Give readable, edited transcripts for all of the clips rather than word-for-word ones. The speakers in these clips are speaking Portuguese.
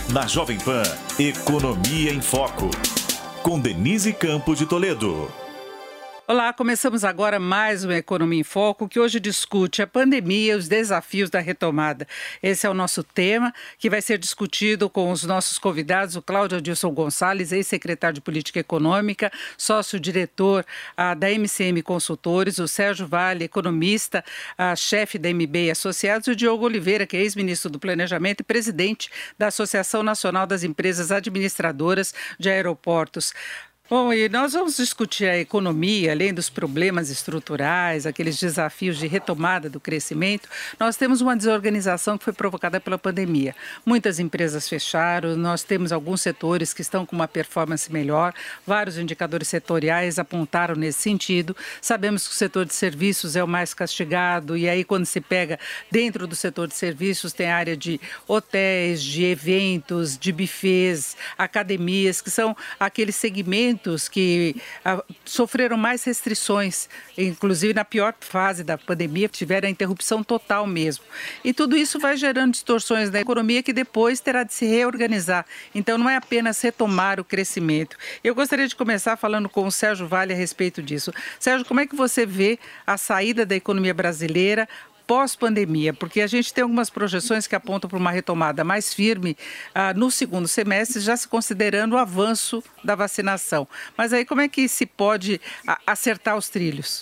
Na Jovem Pan, Economia em Foco, com Denise Campos de Toledo. Olá, começamos agora mais uma Economia em Foco, que hoje discute a pandemia e os desafios da retomada. Esse é o nosso tema, que vai ser discutido com os nossos convidados, o Cláudio Adilson Gonçalves, ex-secretário de Política Econômica, sócio-diretor da MCM Consultores, o Sérgio Vale, economista, chefe da MB Associados, e o Diogo Oliveira, que é ex-ministro do Planejamento e presidente da Associação Nacional das Empresas Administradoras de Aeroportos. Bom, e nós vamos discutir a economia, além dos problemas estruturais, aqueles desafios de retomada do crescimento. Nós temos uma desorganização que foi provocada pela pandemia. Muitas empresas fecharam, nós temos alguns setores que estão com uma performance melhor, vários indicadores setoriais apontaram nesse sentido. Sabemos que o setor de serviços é o mais castigado, e aí quando se pega dentro do setor de serviços, tem a área de hotéis, de eventos, de buffets, academias, que são aqueles segmentos que sofreram mais restrições, inclusive na pior fase da pandemia, tiveram a interrupção total mesmo. E tudo isso vai gerando distorções na economia que depois terá de se reorganizar. Então não é apenas retomar o crescimento. Eu gostaria de começar falando com o Sérgio Vale a respeito disso. Sérgio, como é que você vê a saída da economia brasileira pós-pandemia? Porque a gente tem algumas projeções que apontam para uma retomada mais firme no segundo semestre, já se considerando o avanço da vacinação. Mas aí como é que se pode acertar os trilhos?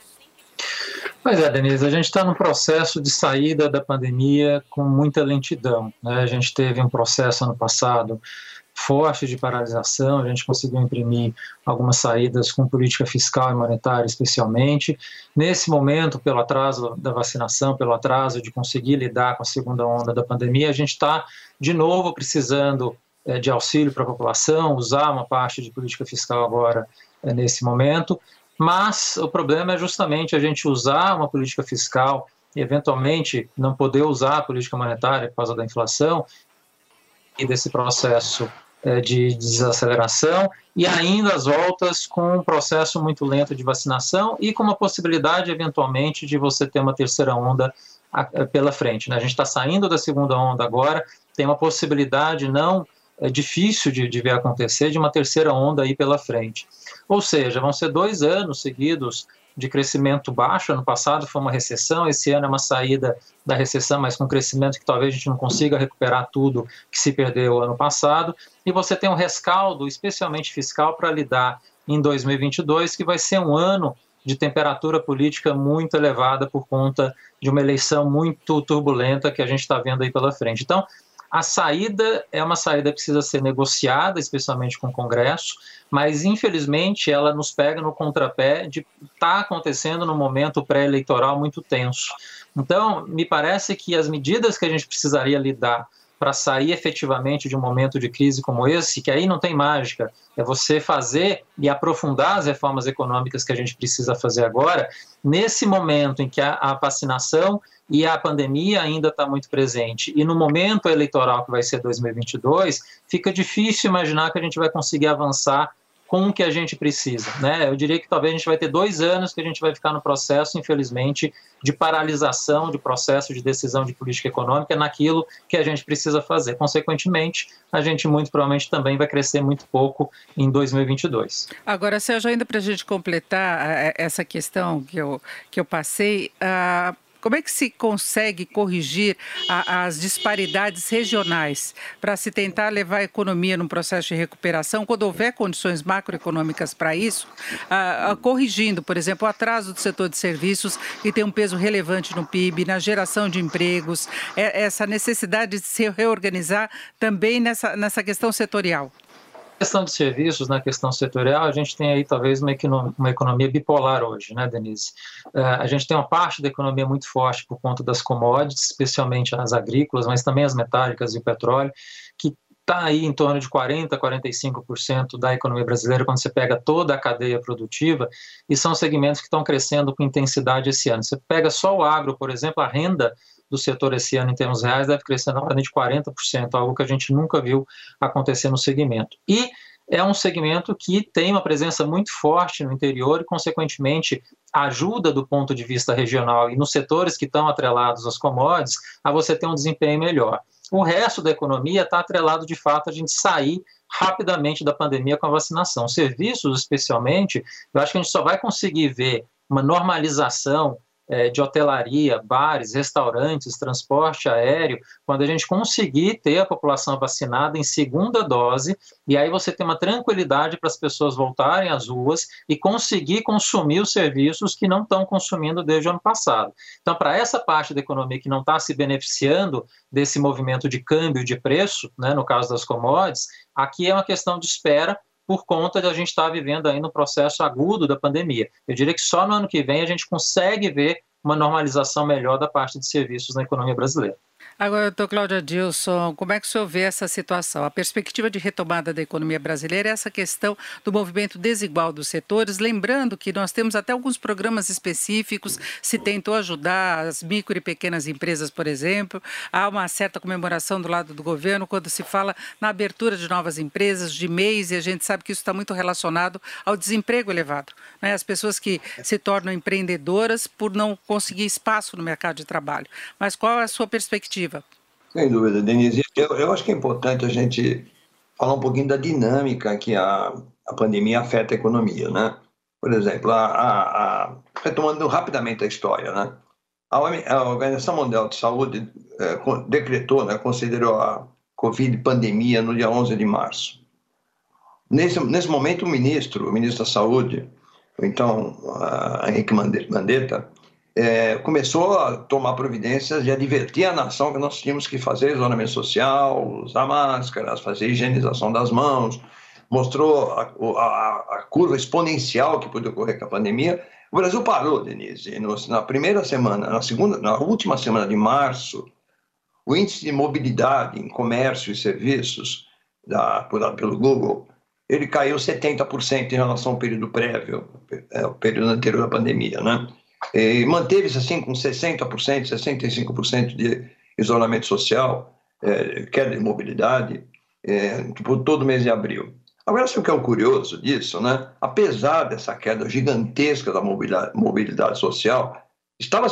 Pois é, Denise, a gente está no processo de saída da pandemia com muita lentidão, né? A gente teve um processo ano passado forte de paralisação, a gente conseguiu imprimir algumas saídas com política fiscal e monetária especialmente. Nesse momento, pelo atraso da vacinação, pelo atraso de conseguir lidar com a segunda onda da pandemia, a gente está de novo precisando de auxílio para a população, usar uma parte de política fiscal agora nesse momento, mas o problema é justamente a gente usar uma política fiscal e eventualmente não poder usar a política monetária por causa da inflação e desse processo de desaceleração, e ainda as voltas com um processo muito lento de vacinação e com uma possibilidade, eventualmente, de você ter uma terceira onda pela frente, né? A gente está saindo da segunda onda agora, tem uma possibilidade não difícil de ver acontecer, de uma terceira onda aí pela frente. Ou seja, vão ser 2 anos seguidos de crescimento baixo. Ano passado foi uma recessão, esse ano é uma saída da recessão, mas com crescimento que talvez a gente não consiga recuperar tudo que se perdeu ano passado, e você tem um rescaldo, especialmente fiscal, para lidar em 2022, que vai ser um ano de temperatura política muito elevada por conta de uma eleição muito turbulenta que a gente está vendo aí pela frente. Então, a saída é uma saída que precisa ser negociada, especialmente com o Congresso, mas infelizmente ela nos pega no contrapé de estar acontecendo num momento pré-eleitoral muito tenso. Então, me parece que as medidas que a gente precisaria lidar para sair efetivamente de um momento de crise como esse, que aí não tem mágica, é você fazer e aprofundar as reformas econômicas que a gente precisa fazer agora, nesse momento em que a vacinação e a pandemia ainda está muito presente, e no momento eleitoral que vai ser 2022, fica difícil imaginar que a gente vai conseguir avançar com o que a gente precisa, né? Eu diria que talvez a gente vai ter 2 anos que a gente vai ficar no processo, infelizmente, de paralisação, de processo de decisão de política econômica naquilo que a gente precisa fazer. Consequentemente, a gente muito provavelmente também vai crescer muito pouco em 2022. Agora, Sérgio, ainda para a gente completar essa questão que eu passei, como é que se consegue corrigir as disparidades regionais para se tentar levar a economia num processo de recuperação, quando houver condições macroeconômicas para isso, corrigindo, por exemplo, o atraso do setor de serviços, que tem um peso relevante no PIB, na geração de empregos, essa necessidade de se reorganizar também nessa questão setorial? Na questão de serviços, na questão setorial, a gente tem aí talvez uma economia bipolar hoje, né, Denise? A gente tem uma parte da economia muito forte por conta das commodities, especialmente as agrícolas, mas também as metálicas e o petróleo, que está aí em torno de 40%, 45% da economia brasileira quando você pega toda a cadeia produtiva, e são segmentos que estão crescendo com intensidade esse ano. Você pega só o agro, por exemplo, a renda do setor esse ano em termos reais deve crescer na ordem de 40%, algo que a gente nunca viu acontecer no segmento. E é um segmento que tem uma presença muito forte no interior e, consequentemente, ajuda do ponto de vista regional e nos setores que estão atrelados às commodities a você ter um desempenho melhor. O resto da economia está atrelado, de fato, a gente sair rapidamente da pandemia com a vacinação. Serviços, especialmente, eu acho que a gente só vai conseguir ver uma normalização de hotelaria, bares, restaurantes, transporte aéreo, quando a gente conseguir ter a população vacinada em segunda dose, e aí você tem uma tranquilidade para as pessoas voltarem às ruas e conseguir consumir os serviços que não estão consumindo desde o ano passado. Então, para essa parte da economia que não está se beneficiando desse movimento de câmbio de preço, né, no caso das commodities, aqui é uma questão de espera, por conta de a gente estar vivendo ainda um processo agudo da pandemia. Eu diria que só no ano que vem a gente consegue ver uma normalização melhor da parte de serviços na economia brasileira. Agora, doutor Cláudio Adilson, como é que o senhor vê essa situação? A perspectiva de retomada da economia brasileira é essa questão do movimento desigual dos setores, lembrando que nós temos até alguns programas específicos, se tentou ajudar as micro e pequenas empresas, por exemplo, há uma certa comemoração do lado do governo quando se fala na abertura de novas empresas, de MEIs, e a gente sabe que isso está muito relacionado ao desemprego elevado, né? As pessoas que se tornam empreendedoras por não conseguir espaço no mercado de trabalho. Mas qual é a sua perspectiva? Sem dúvida, Denise. Eu acho que é importante a gente falar um pouquinho da dinâmica que a pandemia afeta a economia, né? Por exemplo, retomando rapidamente a história, né? A Organização Mundial de Saúde decretou, né, considerou a Covid pandemia no dia 11 de março. Nesse momento, o ministro da Saúde, então Henrique Mandetta, começou a tomar providências de advertir a nação que nós tínhamos que fazer isolamento social, usar máscaras, fazer higienização das mãos, mostrou a curva exponencial que podia ocorrer com a pandemia. O Brasil parou, Denise, na primeira semana, na última semana de março, o índice de mobilidade em comércio e serviços, apurado pelo Google, ele caiu 70% em relação ao período prévio, o período anterior à pandemia, né? E manteve-se assim com 60%, 65% de isolamento social, queda de mobilidade, por todo o mês de abril. Agora, sabe o que é o curioso disso, né? Apesar dessa queda gigantesca da mobilidade social, estava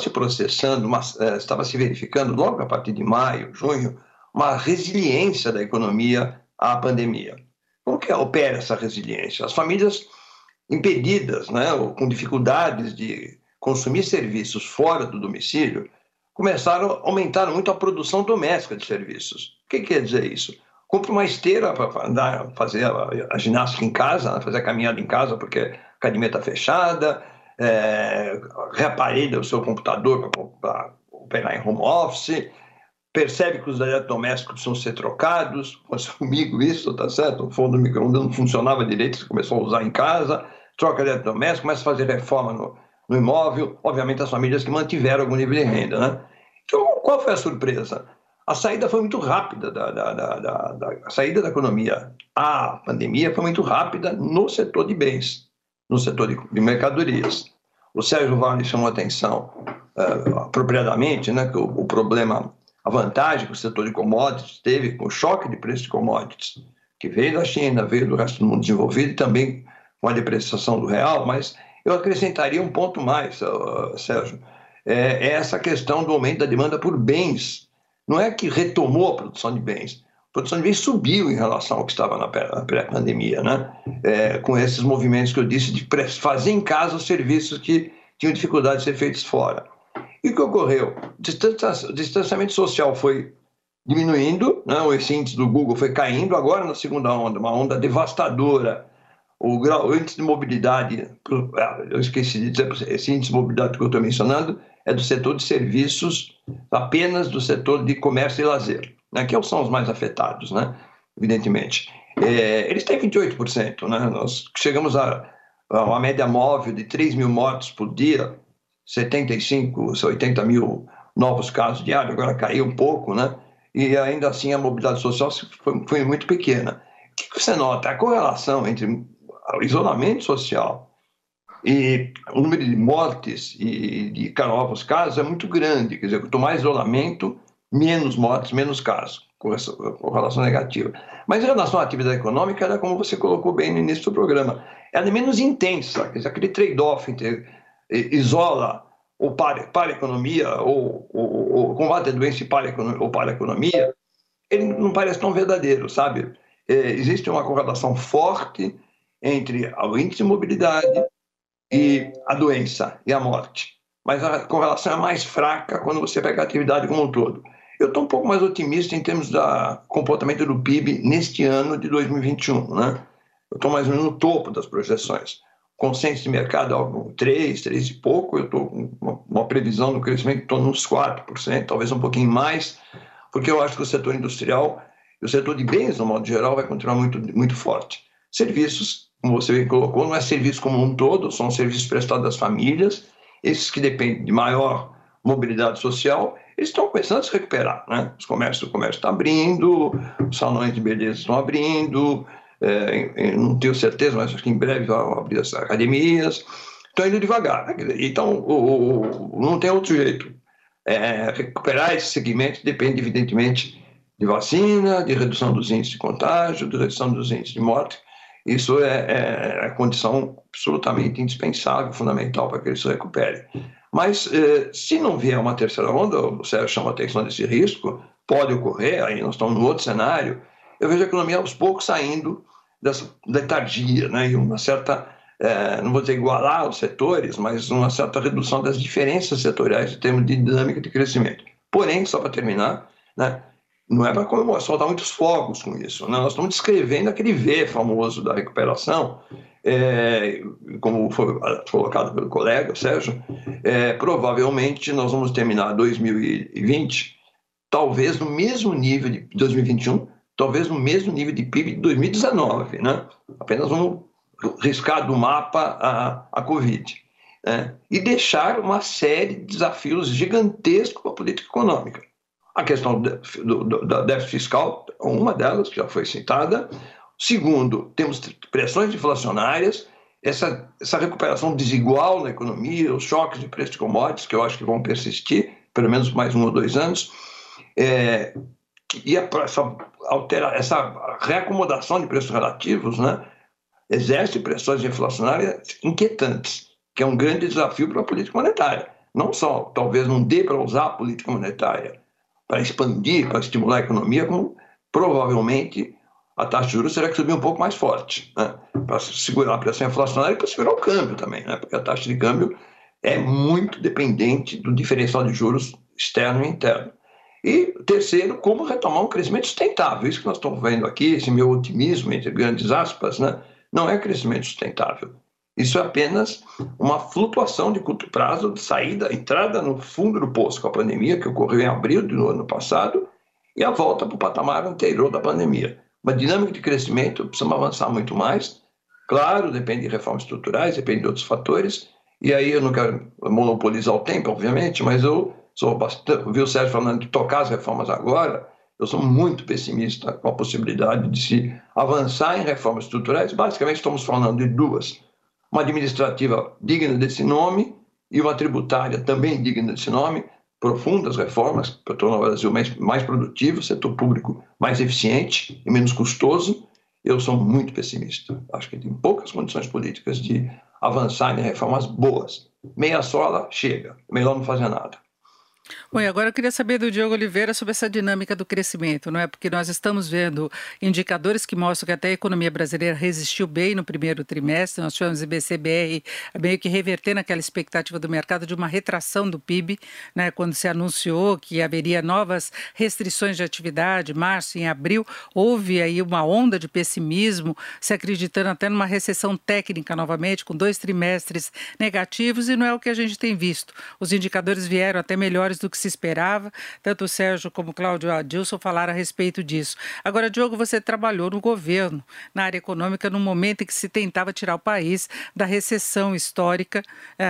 se verificando logo a partir de maio, junho, uma resiliência da economia à pandemia. Como que opera essa resiliência? As famílias impedidas, né, ou com dificuldades de consumir serviços fora do domicílio, aumentaram muito a produção doméstica de serviços. O que quer dizer isso? Compre uma esteira para fazer a ginástica em casa, fazer a caminhada em casa, porque a academia está fechada, reaparelha o seu computador para operar em home office, percebe que os eletrodomésticos precisam ser trocados, comigo isso, tá certo? O forno do micro-ondas não funcionava direito, você começou a usar em casa, troca eletrodoméstico, começa a fazer reforma no imóvel, obviamente as famílias que mantiveram algum nível de renda, né? Então, qual foi a surpresa? A saída foi muito rápida, a saída da economia à pandemia foi muito rápida no setor de bens, no setor de mercadorias. O Sérgio Vale chamou a atenção apropriadamente, né, que o problema, a vantagem que o setor de commodities teve com o choque de preço de commodities, que veio da China, veio do resto do mundo desenvolvido e também com a depreciação do real, mas eu acrescentaria um ponto mais, Sérgio, essa questão do aumento da demanda por bens. Não é que retomou a produção de bens. A produção de bens subiu em relação ao que estava na pré-pandemia, né? Com esses movimentos que eu disse de fazer em casa os serviços que tinham dificuldade de ser feitos fora. E o que ocorreu? O distanciamento social foi diminuindo, né? Esse índice do Google foi caindo, agora na segunda onda, uma onda devastadora. O índice de mobilidade, eu esqueci de dizer, esse índice de mobilidade que eu estou mencionando é do setor de serviços, apenas do setor de comércio e lazer, né, que são os mais afetados, né, evidentemente. Eles têm 28%, né, nós chegamos a uma média móvel de 3 mil mortos por dia, 75, 80 mil novos casos diários, agora caiu um pouco, né, e ainda assim a mobilidade social foi muito pequena. O que você nota? A correlação entre o isolamento social e o número de mortes e de novos casos é muito grande. Quer dizer, quanto mais isolamento, menos mortes, menos casos, correlação negativa. Mas em relação à atividade econômica, ela, como você colocou bem no início do programa, ela é menos intensa. Quer dizer, aquele trade-off entre isola ou para a economia, ou combate a doença ou para a economia, ele não parece tão verdadeiro, sabe? Existe uma correlação forte entre o índice de mobilidade e a doença e a morte. Mas a correlação é mais fraca quando você pega a atividade como um todo. Eu estou um pouco mais otimista em termos do comportamento do PIB neste ano de 2021, né? Eu estou mais ou menos no topo das projeções. Consenso de mercado é 3 e pouco, eu estou com uma previsão do crescimento em torno de uns 4%, talvez um pouquinho mais, porque eu acho que o setor industrial e o setor de bens, no modo geral, vai continuar muito, muito forte. Serviços, como você bem colocou, não é serviço como um todo, são serviços prestados às famílias, esses que dependem de maior mobilidade social, eles estão começando a se recuperar, né? O comércio está abrindo, os salões de beleza estão abrindo, não tenho certeza, mas acho que em breve vão abrir as academias, estão indo devagar, né? Então não tem outro jeito. Recuperar esse segmento depende, evidentemente, de vacina, de redução dos índices de contágio, de redução dos índices de morte. Isso é a condição absolutamente indispensável, fundamental para que ele se recupere. Mas, se não vier uma terceira onda, o Sérgio chama a atenção desse risco, pode ocorrer, aí nós estamos num outro cenário, eu vejo a economia aos poucos saindo dessa letargia, né, e uma certa, não vou dizer igualar os setores, mas uma certa redução das diferenças setoriais em termos de dinâmica de crescimento. Porém, só para terminar, né, não é para soltar muitos fogos com isso, né? Nós estamos descrevendo aquele V famoso da recuperação, como foi colocado pelo colega Sérgio, provavelmente nós vamos terminar 2020 talvez no mesmo nível de 2021, talvez no mesmo nível de PIB de 2019, né? Apenas vamos riscar do mapa a Covid, né? E deixar uma série de desafios gigantescos para a política econômica. A questão da déficit fiscal, uma delas, que já foi citada. Segundo, temos pressões inflacionárias, essa recuperação desigual na economia, os choques de preço de commodities, que eu acho que vão persistir, pelo menos mais 1 ou 2 anos, e essa reacomodação de preços relativos, né, exerce pressões inflacionárias inquietantes, que é um grande desafio para a política monetária. Não só, talvez não dê para usar a política monetária para expandir, para estimular a economia, como provavelmente a taxa de juros terá que subir um pouco mais forte, né? Para segurar a pressão inflacionária e para segurar o câmbio também, né? Porque a taxa de câmbio é muito dependente do diferencial de juros externo e interno. E terceiro, como retomar um crescimento sustentável. Isso que nós estamos vendo aqui, esse meu otimismo, entre grandes aspas, né? Não é crescimento sustentável. Isso é apenas uma flutuação de curto prazo, de saída, entrada no fundo do poço com a pandemia, que ocorreu em abril do ano passado, e a volta para o patamar anterior da pandemia. Uma dinâmica de crescimento, precisamos avançar muito mais. Claro, depende de reformas estruturais, depende de outros fatores, e aí eu não quero monopolizar o tempo, obviamente, mas eu vi o Sérgio falando de tocar as reformas agora, eu sou muito pessimista com a possibilidade de se avançar em reformas estruturais. Basicamente, estamos falando de duas. Uma administrativa digna desse nome e uma tributária também digna desse nome, profundas reformas para tornar o Brasil mais produtivo, setor público mais eficiente e menos custoso. Eu sou muito pessimista. Acho que tem poucas condições políticas de avançar em reformas boas. Meia sola, chega. Melhor não fazer nada. Bom, e agora eu queria saber do Diogo Oliveira sobre essa dinâmica do crescimento, não é? Porque nós estamos vendo indicadores que mostram que até a economia brasileira resistiu bem no primeiro trimestre. Nós tivemos o IBC-BR meio que revertendo aquela expectativa do mercado de uma retração do PIB, né? Quando se anunciou que haveria novas restrições de atividade, março e abril, houve aí uma onda de pessimismo, se acreditando até numa recessão técnica novamente, com 2 trimestres negativos, e não é o que a gente tem visto. Os indicadores vieram até melhores do que se esperava, tanto o Sérgio como o Cláudio Adilson falaram a respeito disso. Agora, Diogo, você trabalhou no governo, na área econômica, no momento em que se tentava tirar o país da recessão histórica,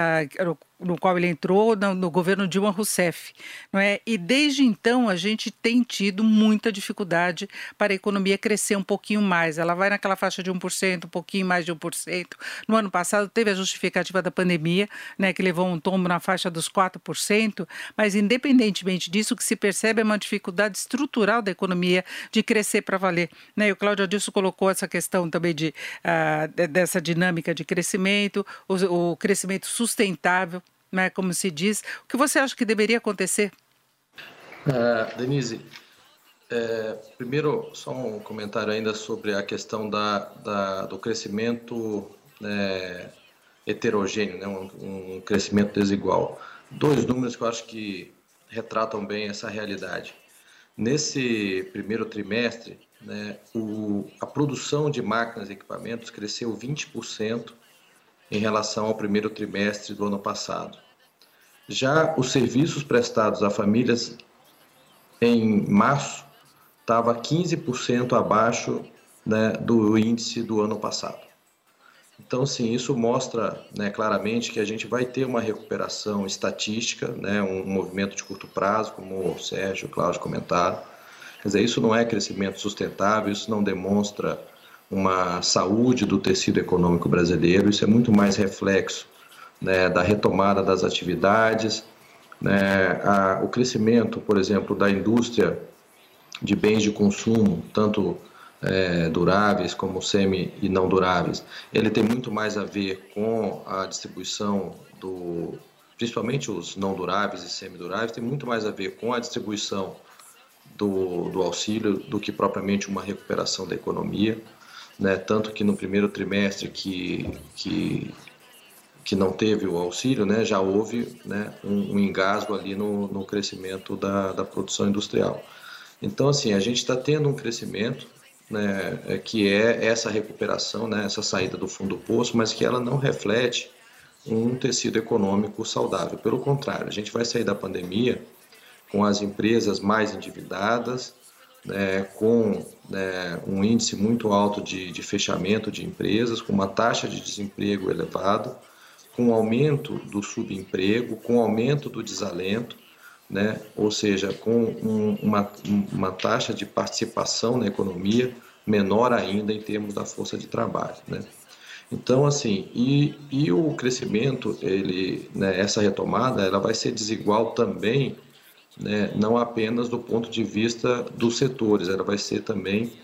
no qual ele entrou no governo Dilma Rousseff, não é? E desde então a gente tem tido muita dificuldade para a economia crescer um pouquinho mais. Ela vai naquela faixa de 1%, um pouquinho mais de 1%. No ano passado teve a justificativa da pandemia, né, que levou um tombo na faixa dos 4%, mas independentemente disso, o que se percebe é uma dificuldade estrutural da economia de crescer para valer, né? E o Cláudio Adilson colocou essa questão também dessa dinâmica de crescimento, o crescimento sustentável, né, como se diz. O que você acha que deveria acontecer? Denise, Primeiro, só um comentário ainda sobre a questão do crescimento heterogêneo, né? Um crescimento desigual. 2 números que eu acho que retratam bem essa realidade. Nesse primeiro trimestre, né, a produção de máquinas e equipamentos cresceu 20% em relação ao primeiro trimestre do ano passado. Já os serviços prestados a famílias em março estava 15% abaixo, né, do índice do ano passado. Então, sim, isso mostra, né, claramente que a gente vai ter uma recuperação estatística, né, um movimento de curto prazo, como o Sérgio e o Cláudio comentaram. Quer dizer, isso não é crescimento sustentável, isso não demonstra uma saúde do tecido econômico brasileiro, isso é muito mais reflexo, né, da retomada das atividades, né, o crescimento, por exemplo, da indústria de bens de consumo, tanto duráveis como semi e não duráveis, ele tem muito mais a ver com a distribuição principalmente os não duráveis e semiduráveis, tem muito mais a ver com a distribuição do auxílio do que propriamente uma recuperação da economia, né? Tanto que no primeiro trimestre que não teve o auxílio, né, já houve, né, um engasgo ali no crescimento da produção industrial. Então, assim, a gente está tendo um crescimento, né, que é essa recuperação, né, essa saída do fundo do poço, mas que ela não reflete um tecido econômico saudável. Pelo contrário, a gente vai sair da pandemia com as empresas mais endividadas, né, com, né, um índice muito alto de fechamento de empresas, com uma taxa de desemprego elevada, com aumento do subemprego, com aumento do desalento, né? Ou seja, com uma taxa de participação na economia menor ainda em termos da força de trabalho, né? Então, assim, e o crescimento, né, essa retomada, ela vai ser desigual também, né, não apenas do ponto de vista dos setores, ela vai ser também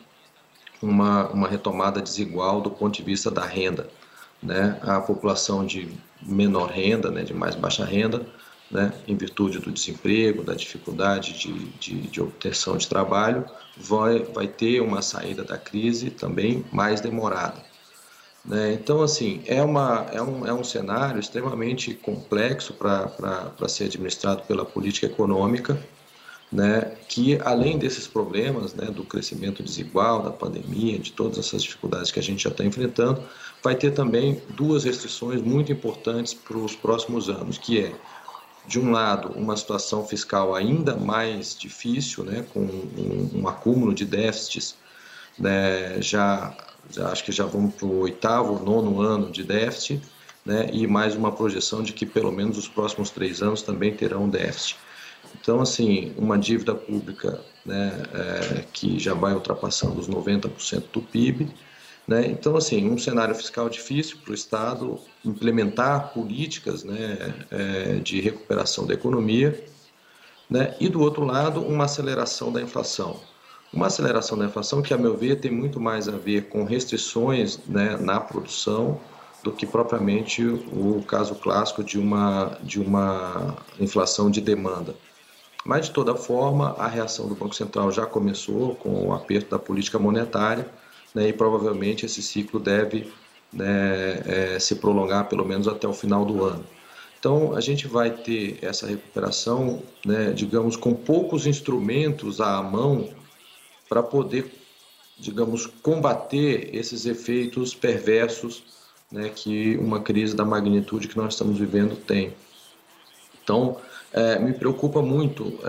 uma retomada desigual do ponto de vista da renda, né? A população de menor renda, né, de mais baixa renda, né, em virtude do desemprego, da dificuldade de obtenção de trabalho, vai ter uma saída da crise também mais demorada, né? Então, assim, é um cenário extremamente complexo para ser administrado pela política econômica, né, que além desses problemas, né, do crescimento desigual, da pandemia, de todas essas dificuldades que a gente já está enfrentando, vai ter também 2 restrições muito importantes para os próximos anos, que é, de um lado, uma situação fiscal ainda mais difícil, né, com um acúmulo de déficits, né, já acho que já vamos para o 8º, 9º ano de déficit, né, e mais uma projeção de que pelo menos os próximos 3 anos também terão déficit. Então, assim, uma dívida pública, né, que já vai ultrapassando os 90% do PIB, né? Então, assim, um cenário fiscal difícil para o Estado implementar políticas, né, de recuperação da economia, né? E, do outro lado, uma aceleração da inflação. Uma aceleração da inflação que, a meu ver, tem muito mais a ver com restrições, né, na produção do que propriamente o caso clássico de uma inflação de demanda. Mas, de toda forma, a reação do Banco Central já começou com o aperto da política monetária, né, e provavelmente esse ciclo deve, né, se prolongar pelo menos até o final do ano. Então, a gente vai ter essa recuperação, né, digamos, com poucos instrumentos à mão para poder, digamos, combater esses efeitos perversos, né, que uma crise da magnitude que nós estamos vivendo tem. Então, me preocupa muito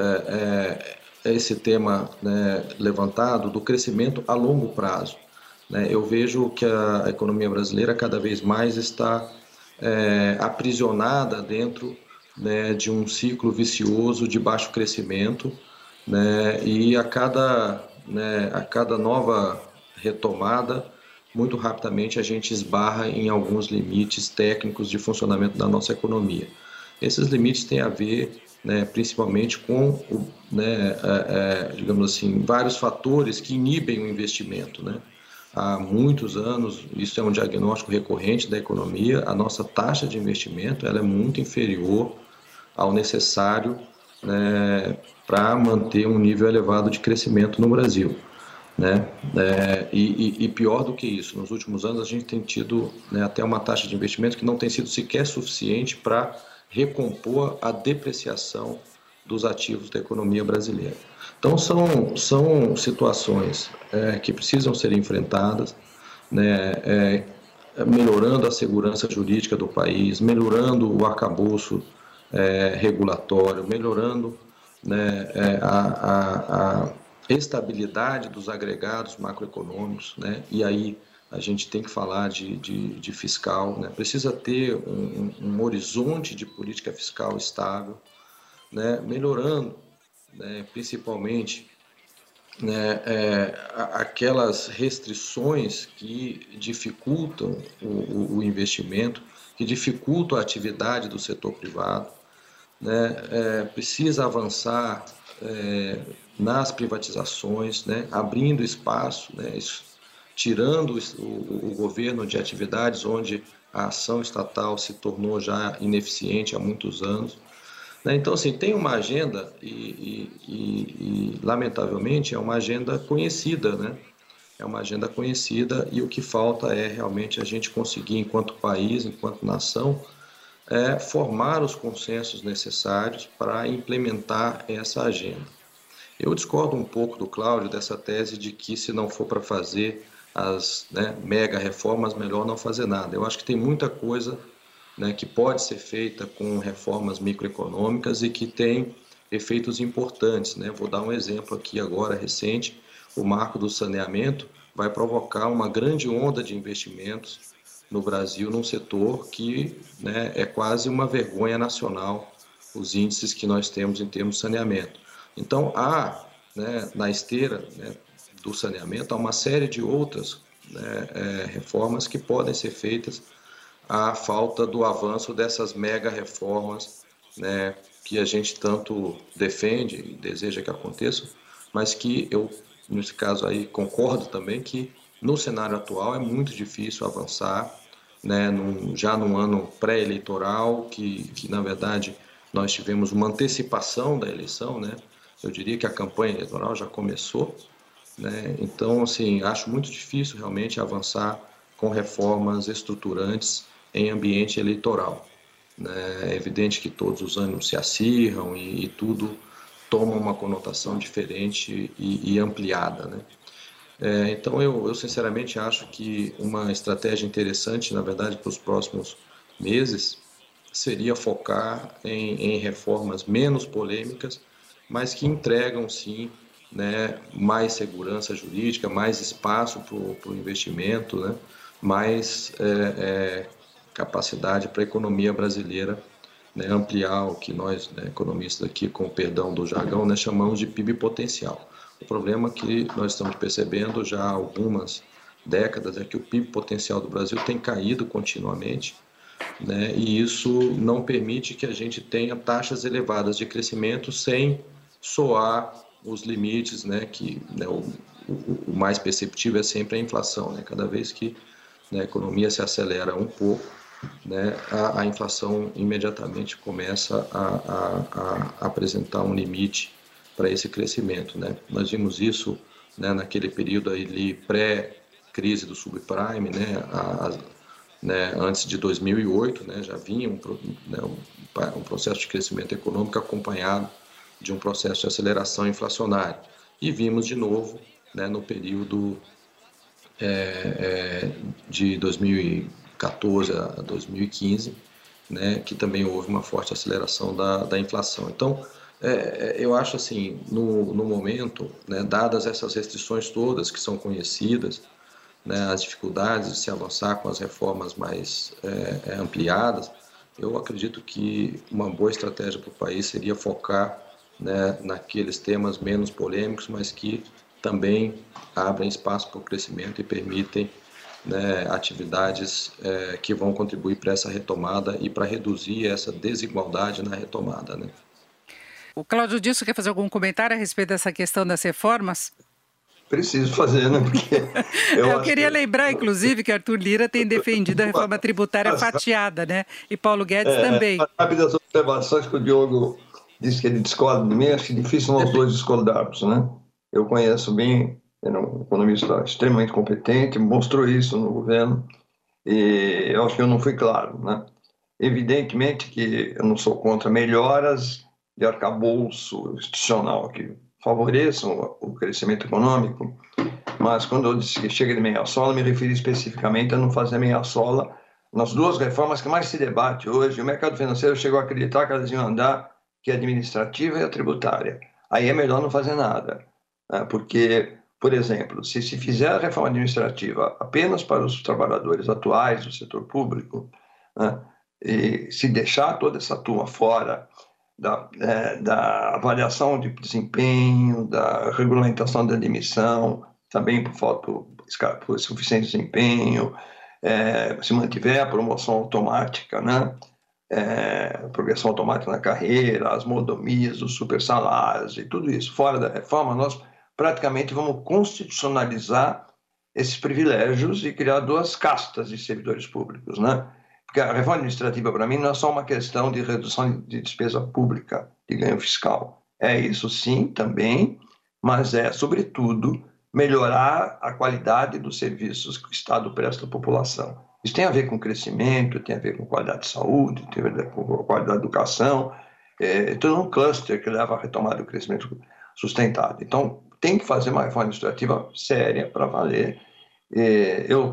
esse tema, né, levantado do crescimento a longo prazo, né? Eu vejo que a economia brasileira cada vez mais está aprisionada dentro, né, de um ciclo vicioso de baixo crescimento, né, e a cada nova retomada, muito rapidamente a gente esbarra em alguns limites técnicos de funcionamento da nossa economia. Esses limites têm a ver, né, principalmente com, digamos assim, vários fatores que inibem o investimento, né? Há muitos anos, isso é um diagnóstico recorrente da economia, a nossa taxa de investimento ela é muito inferior ao necessário né, para manter um nível elevado de crescimento no Brasil. Né? E pior do que isso, nos últimos anos a gente tem tido, né, até uma taxa de investimento que não tem sido sequer suficiente para recompor a depreciação dos ativos da economia brasileira. Então são situações que precisam ser enfrentadas, né, melhorando a segurança jurídica do país, melhorando o arcabouço regulatório, melhorando, né, a estabilidade dos agregados macroeconômicos, né? E aí a gente tem que falar de fiscal, né? Precisa ter um horizonte de política fiscal estável, né? Melhorando, né, principalmente, né, aquelas restrições que dificultam o investimento, que dificultam a atividade do setor privado, né? Precisa avançar nas privatizações, né, abrindo espaço, né, tirando o governo de atividades onde a ação estatal se tornou já ineficiente há muitos anos. Né? Então, assim, tem uma agenda e, lamentavelmente, é uma agenda conhecida, né? É uma agenda conhecida e o que falta é realmente a gente conseguir, enquanto país, enquanto nação, formar os consensos necessários para implementar essa agenda. Eu discordo um pouco do Cláudio dessa tese de que se não for para fazer as, né, mega reformas, melhor não fazer nada. Eu acho que tem muita coisa, né, que pode ser feita com reformas microeconômicas e que tem efeitos importantes, né? Vou dar um exemplo aqui agora recente, o marco do saneamento vai provocar uma grande onda de investimentos no Brasil num setor que, né, é quase uma vergonha nacional os índices que nós temos em termos de saneamento. Então, há, né, na esteira, né, do saneamento, há uma série de outras, né, reformas que podem ser feitas à falta do avanço dessas mega reformas, né, que a gente tanto defende e deseja que aconteçam, mas que eu, nesse caso aí, concordo também que no cenário atual é muito difícil avançar, né, já num ano pré-eleitoral, que na verdade nós tivemos uma antecipação da eleição, né? Eu diria que a campanha eleitoral já começou, né? Então, assim, acho muito difícil realmente avançar com reformas estruturantes em ambiente eleitoral, né? É evidente que todos os ânimos se acirram e tudo toma uma conotação diferente e ampliada, né? Então, eu sinceramente acho que uma estratégia interessante, na verdade, para os próximos meses, seria focar em reformas menos polêmicas, mas que entregam, sim, né, mais segurança jurídica, mais espaço para o investimento, né, mais capacidade para a economia brasileira, né, ampliar o que nós, né, economistas aqui, com o perdão do jargão, né, chamamos de PIB potencial. O problema que nós estamos percebendo já há algumas décadas é que o PIB potencial do Brasil tem caído continuamente, né, e isso não permite que a gente tenha taxas elevadas de crescimento sem soar os limites, né, que, né, o mais perceptível é sempre a inflação, né, cada vez que, né, a economia se acelera um pouco, né, a inflação imediatamente começa a apresentar um limite para esse crescimento, né. Nós vimos isso, né, naquele período ali pré-crise do subprime, né, antes de 2008, né, já vinha um processo de crescimento econômico acompanhado de um processo de aceleração inflacionária. E vimos de novo, né, no período de 2014 a 2015, né, que também houve uma forte aceleração da inflação. Então, eu acho assim, no momento, né, dadas essas restrições todas que são conhecidas, né, as dificuldades de se avançar com as reformas mais ampliadas, eu acredito que uma boa estratégia para o país seria focar, né, naqueles temas menos polêmicos, mas que também abrem espaço para o crescimento e permitem, né, atividades que vão contribuir para essa retomada e para reduzir essa desigualdade na retomada, né? O Cláudio Disso quer fazer algum comentário a respeito dessa questão das reformas? Preciso fazer, né? Porque eu queria lembrar, inclusive, que Arthur Lira tem defendido a reforma tributária fatiada, né? E Paulo Guedes também. Rápidas observações que o Diogo diz que ele discorda de mim, acho difícil nós dois discordarmos, né? Eu conheço bem, era um economista extremamente competente, mostrou isso no governo, e eu acho que eu não fui claro, né? Evidentemente que eu não sou contra melhoras de arcabouço institucional que favoreçam o crescimento econômico, mas quando eu disse que chega de meia sola, me referi especificamente a não fazer meia sola nas duas reformas que mais se debate hoje. O mercado financeiro chegou a acreditar que elas iam andar, que é a administrativa e a tributária. Aí é melhor não fazer nada, né? Porque, por exemplo, se fizer a reforma administrativa apenas para os trabalhadores atuais do setor público, né, e se deixar toda essa turma fora da avaliação de desempenho, da regulamentação da demissão, também por insuficiente desempenho, se mantiver a promoção automática, né? Progressão automática na carreira, as mordomias, os supersalários e tudo isso, fora da reforma, nós praticamente vamos constitucionalizar esses privilégios e criar duas castas de servidores públicos, né? Porque a reforma administrativa, para mim, não é só uma questão de redução de despesa pública, de ganho fiscal. É isso sim, também, mas é, sobretudo, melhorar a qualidade dos serviços que o Estado presta à população. Isso tem a ver com crescimento, tem a ver com qualidade de saúde, tem a ver com qualidade da educação, todo um cluster que leva à retomada do crescimento sustentado. Então, tem que fazer uma reforma administrativa séria para valer. Eu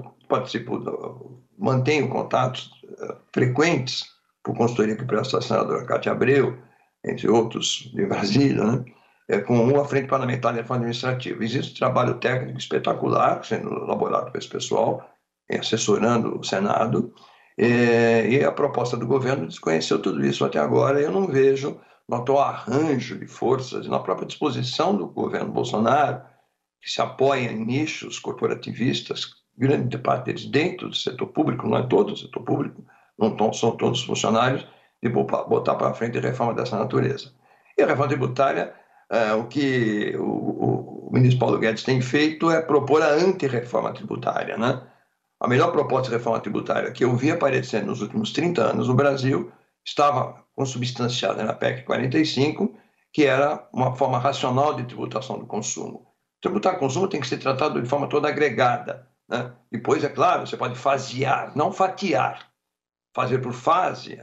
mantenho contatos frequentes por consultoria que presta a senadora Cátia Abreu, entre outros de Brasília, né? Com a Frente Parlamentar de Reforma Administrativa. Existe um trabalho técnico espetacular sendo elaborado por esse pessoal, assessorando o Senado, e a proposta do governo desconheceu tudo isso até agora. Eu não vejo, no atual arranjo de forças, na própria disposição do governo Bolsonaro, que se apoia em nichos corporativistas, grande parte deles dentro do setor público, não é todo o setor público, não são todos funcionários, de botar para frente a reforma dessa natureza. E a reforma tributária, o que o ministro Paulo Guedes tem feito é propor a anti-reforma tributária, né? A melhor proposta de reforma tributária que eu vi aparecer nos últimos 30 anos no Brasil estava consubstanciada na PEC 45, que era uma forma racional de tributação do consumo. Tributar o consumo tem que ser tratado de forma toda agregada, né? Depois, é claro, você pode fasear, não fatiar, fazer por fase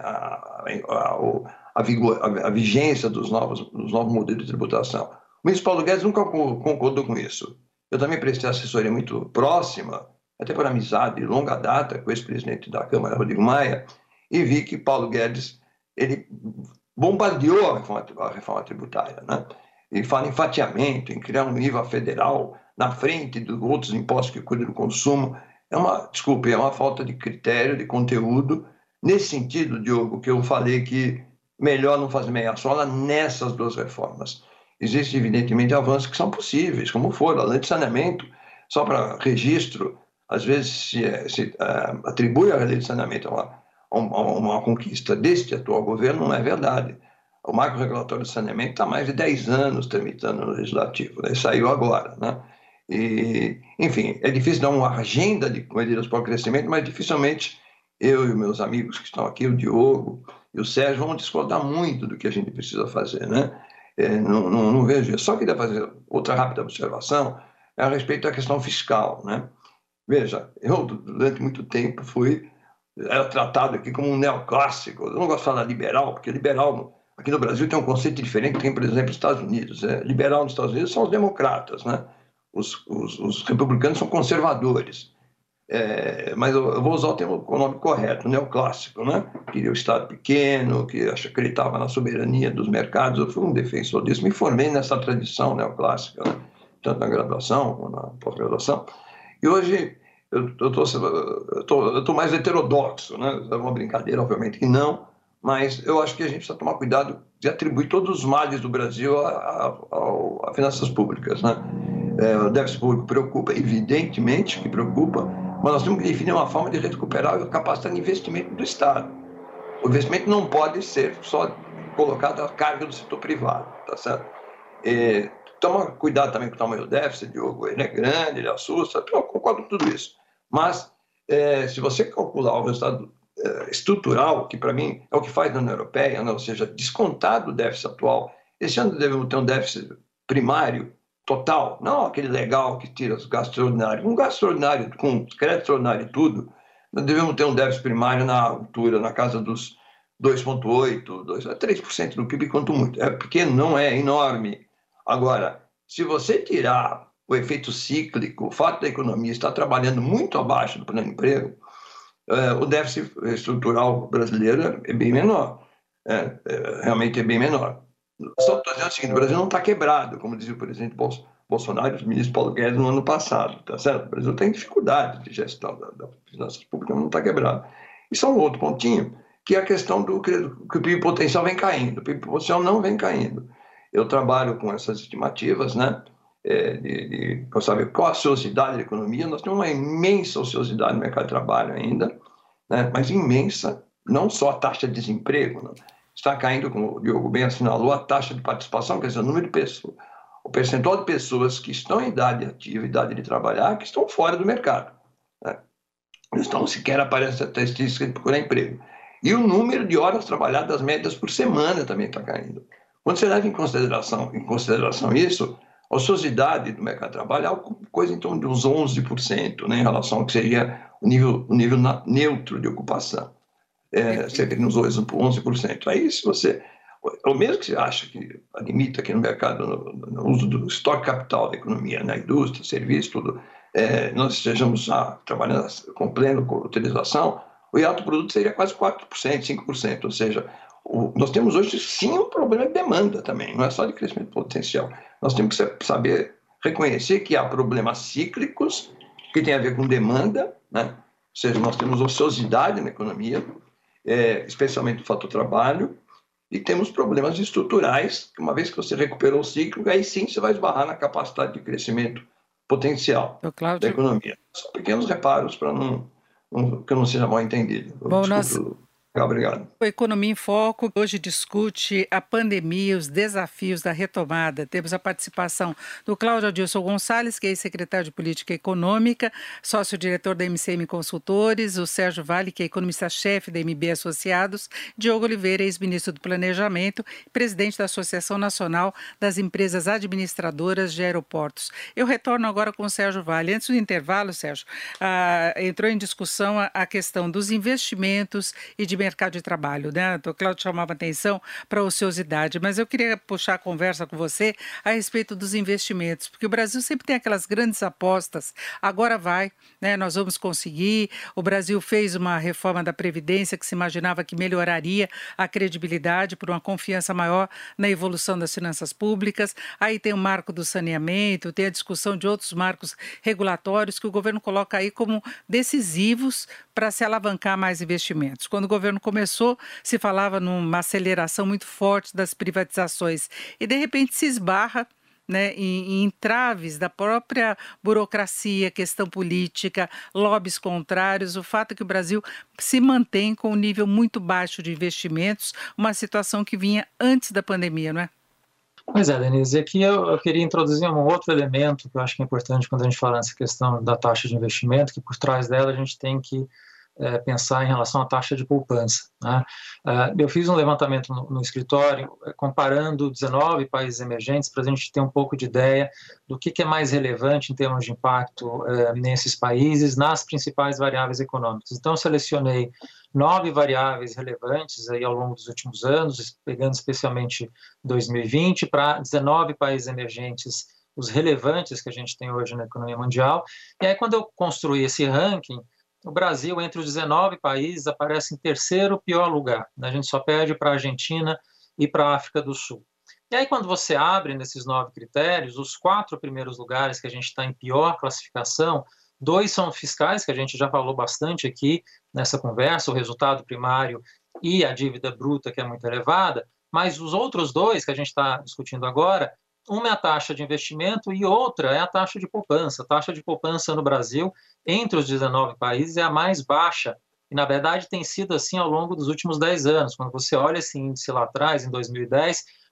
a vigência dos novos modelos de tributação. O ministro Paulo Guedes nunca concordou com isso. Eu também prestei assessoria muito próxima, até por amizade de longa data, com o ex-presidente da Câmara, Rodrigo Maia, e vi que Paulo Guedes ele bombardeou a reforma tributária, né? Ele fala em fatiamento, em criar um IVA federal na frente de outros impostos que cuidam do consumo. É uma falta de critério, de conteúdo. Nesse sentido, Diogo, que eu falei que melhor não fazer meia sola nessas duas reformas. Existem, evidentemente, avanços que são possíveis, como for, a lei de saneamento, só para registro, às vezes se atribui a lei de saneamento a uma conquista deste atual governo, não é verdade. O marco regulatório de saneamento está há mais de 10 anos tramitando no Legislativo, né? Saiu agora, né? E, enfim, é difícil dar uma agenda de medidas para o crescimento, mas dificilmente eu e meus amigos que estão aqui, o Diogo e o Sérgio, vão discordar muito do que a gente precisa fazer, né? Não vejo isso. Só queria fazer outra rápida observação a respeito da questão fiscal, né? Veja, eu durante muito tempo era tratado aqui como um neoclássico. Eu não gosto de falar liberal, porque liberal aqui no Brasil tem um conceito diferente, tem, por exemplo, nos Estados Unidos. Liberal nos Estados Unidos são os democratas, né? Os republicanos são conservadores. Mas eu vou usar o nome correto, neoclássico, né? Queria o Estado pequeno, que acreditava na soberania dos mercados. Eu fui um defensor disso, me formei nessa tradição neoclássica, né? Tanto na graduação como na pós-graduação. E hoje eu estou mais heterodoxo, né? É uma brincadeira, obviamente que não, mas eu acho que a gente precisa tomar cuidado de atribuir todos os males do Brasil a finanças públicas, né? O déficit público preocupa, evidentemente que preocupa, mas nós temos que definir uma forma de recuperar a capacidade de investimento do Estado. O investimento não pode ser só colocado à carga do setor privado, tá certo? Toma cuidado também com o tamanho do déficit, Diogo. Ele é grande, ele assusta, eu concordo com tudo isso. Mas, se você calcular o resultado estrutural, que para mim é o que faz na União Europeia, né? Ou seja, descontado o déficit atual. Esse ano devemos ter um déficit primário total, não aquele legal que tira os gastos extraordinários. Um gasto extraordinário, com crédito extraordinário e tudo, nós devemos ter um déficit primário na altura, na casa dos 2,8%, 3% do PIB, quanto muito. É pequeno, não é enorme. Agora, se você tirar o efeito cíclico, o fato da economia estar trabalhando muito abaixo do pleno emprego, o déficit estrutural brasileiro é bem menor. Realmente é bem menor. Só estou dizendo o seguinte: o Brasil não está quebrado, como dizia o presidente Bolsonaro e o ministro Paulo Guedes no ano passado, tá certo? O Brasil tem dificuldade de gestão das finanças públicas, não está quebrado. E só um outro pontinho, que é a questão do que o PIB potencial vem caindo. O PIB potencial não vem caindo. Eu trabalho com essas estimativas, né? Para saber qual a ociosidade da economia. Nós temos uma imensa ociosidade no mercado de trabalho ainda, né? Mas imensa, não só a taxa de desemprego, né? Está caindo, como o Diogo bem assinalou, a taxa de participação, quer dizer, o número de pessoas, o percentual de pessoas que estão em idade ativa, idade de trabalhar, que estão fora do mercado, né? Não sequer aparece a estatística de procurar emprego. E o número de horas trabalhadas médias por semana também está caindo. Quando você leva em consideração isso, a ociosidade do mercado de trabalho é uma coisa em torno de uns 11%, né, em relação ao que seria o nível neutro de ocupação. Cerca de uns 11%. Aí, se você, ou mesmo que você acha que limita aqui no mercado, no uso do estoque capital da economia, na indústria, serviço, tudo, nós estejamos trabalhando com plena utilização, o hiato produto seria quase 4%, 5%. Ou seja, nós temos hoje sim um problema de demanda também, não é só de crescimento potencial. Nós temos que saber reconhecer que há problemas cíclicos que têm a ver com demanda, né? Ou seja, nós temos ociosidade na economia, especialmente do fator trabalho, e temos problemas estruturais, que uma vez que você recuperou o ciclo, aí sim você vai esbarrar na capacidade de crescimento potencial da economia. São pequenos reparos para que eu não seja mal entendido. Bom, Obrigado. O Economia em Foco hoje discute a pandemia, os desafios da retomada. Temos a participação do Cláudio Adilson Gonçalves, que é secretário de Política Econômica, sócio-diretor da MCM Consultores, o Sérgio Vale, que é economista-chefe da MB Associados, Diogo Oliveira, ex-ministro do Planejamento, presidente da Associação Nacional das Empresas Administradoras de Aeroportos. Eu retorno agora com o Sérgio Vale. Antes do intervalo, Sérgio, entrou em discussão a questão dos investimentos e de mercado de trabalho, né? O Cláudio chamava atenção para a ociosidade, mas eu queria puxar a conversa com você a respeito dos investimentos, porque o Brasil sempre tem aquelas grandes apostas, agora vai, né? Nós vamos conseguir. O Brasil fez uma reforma da Previdência que se imaginava que melhoraria a credibilidade por uma confiança maior na evolução das finanças públicas. Aí tem o marco do saneamento, tem a discussão de outros marcos regulatórios que o governo coloca aí como decisivos para se alavancar mais investimentos. Quando o governo começou, se falava numa aceleração muito forte das privatizações e, de repente, se esbarra, né, em entraves da própria burocracia, questão política, lobbies contrários, o fato é que o Brasil se mantém com um nível muito baixo de investimentos, uma situação que vinha antes da pandemia, não é? Pois é, Denise, aqui eu queria introduzir um outro elemento que eu acho que é importante quando a gente fala nessa questão da taxa de investimento, que por trás dela a gente tem que pensar em relação à taxa de poupança, né? Eu fiz um levantamento no escritório comparando 19 países emergentes para a gente ter um pouco de ideia do que é mais relevante em termos de impacto nesses países, nas principais variáveis econômicas. Então, eu selecionei 9 variáveis relevantes aí ao longo dos últimos anos, pegando especialmente 2020, para 19 países emergentes, os relevantes que a gente tem hoje na economia mundial. E aí, quando eu construí esse ranking, o Brasil, entre os 19 países, aparece em terceiro pior lugar. A gente só perde para a Argentina e para a África do Sul. E aí, quando você abre nesses 9 critérios, os 4 primeiros lugares que a gente está em pior classificação, 2 são fiscais, que a gente já falou bastante aqui nessa conversa, o resultado primário e a dívida bruta, que é muito elevada, mas os outros 2 que a gente está discutindo agora, uma é a taxa de investimento e outra é a taxa de poupança. A taxa de poupança no Brasil, entre os 19 países, é a mais baixa. E, na verdade, tem sido assim ao longo dos últimos 10 anos. Quando você olha esse índice lá atrás, em 2010,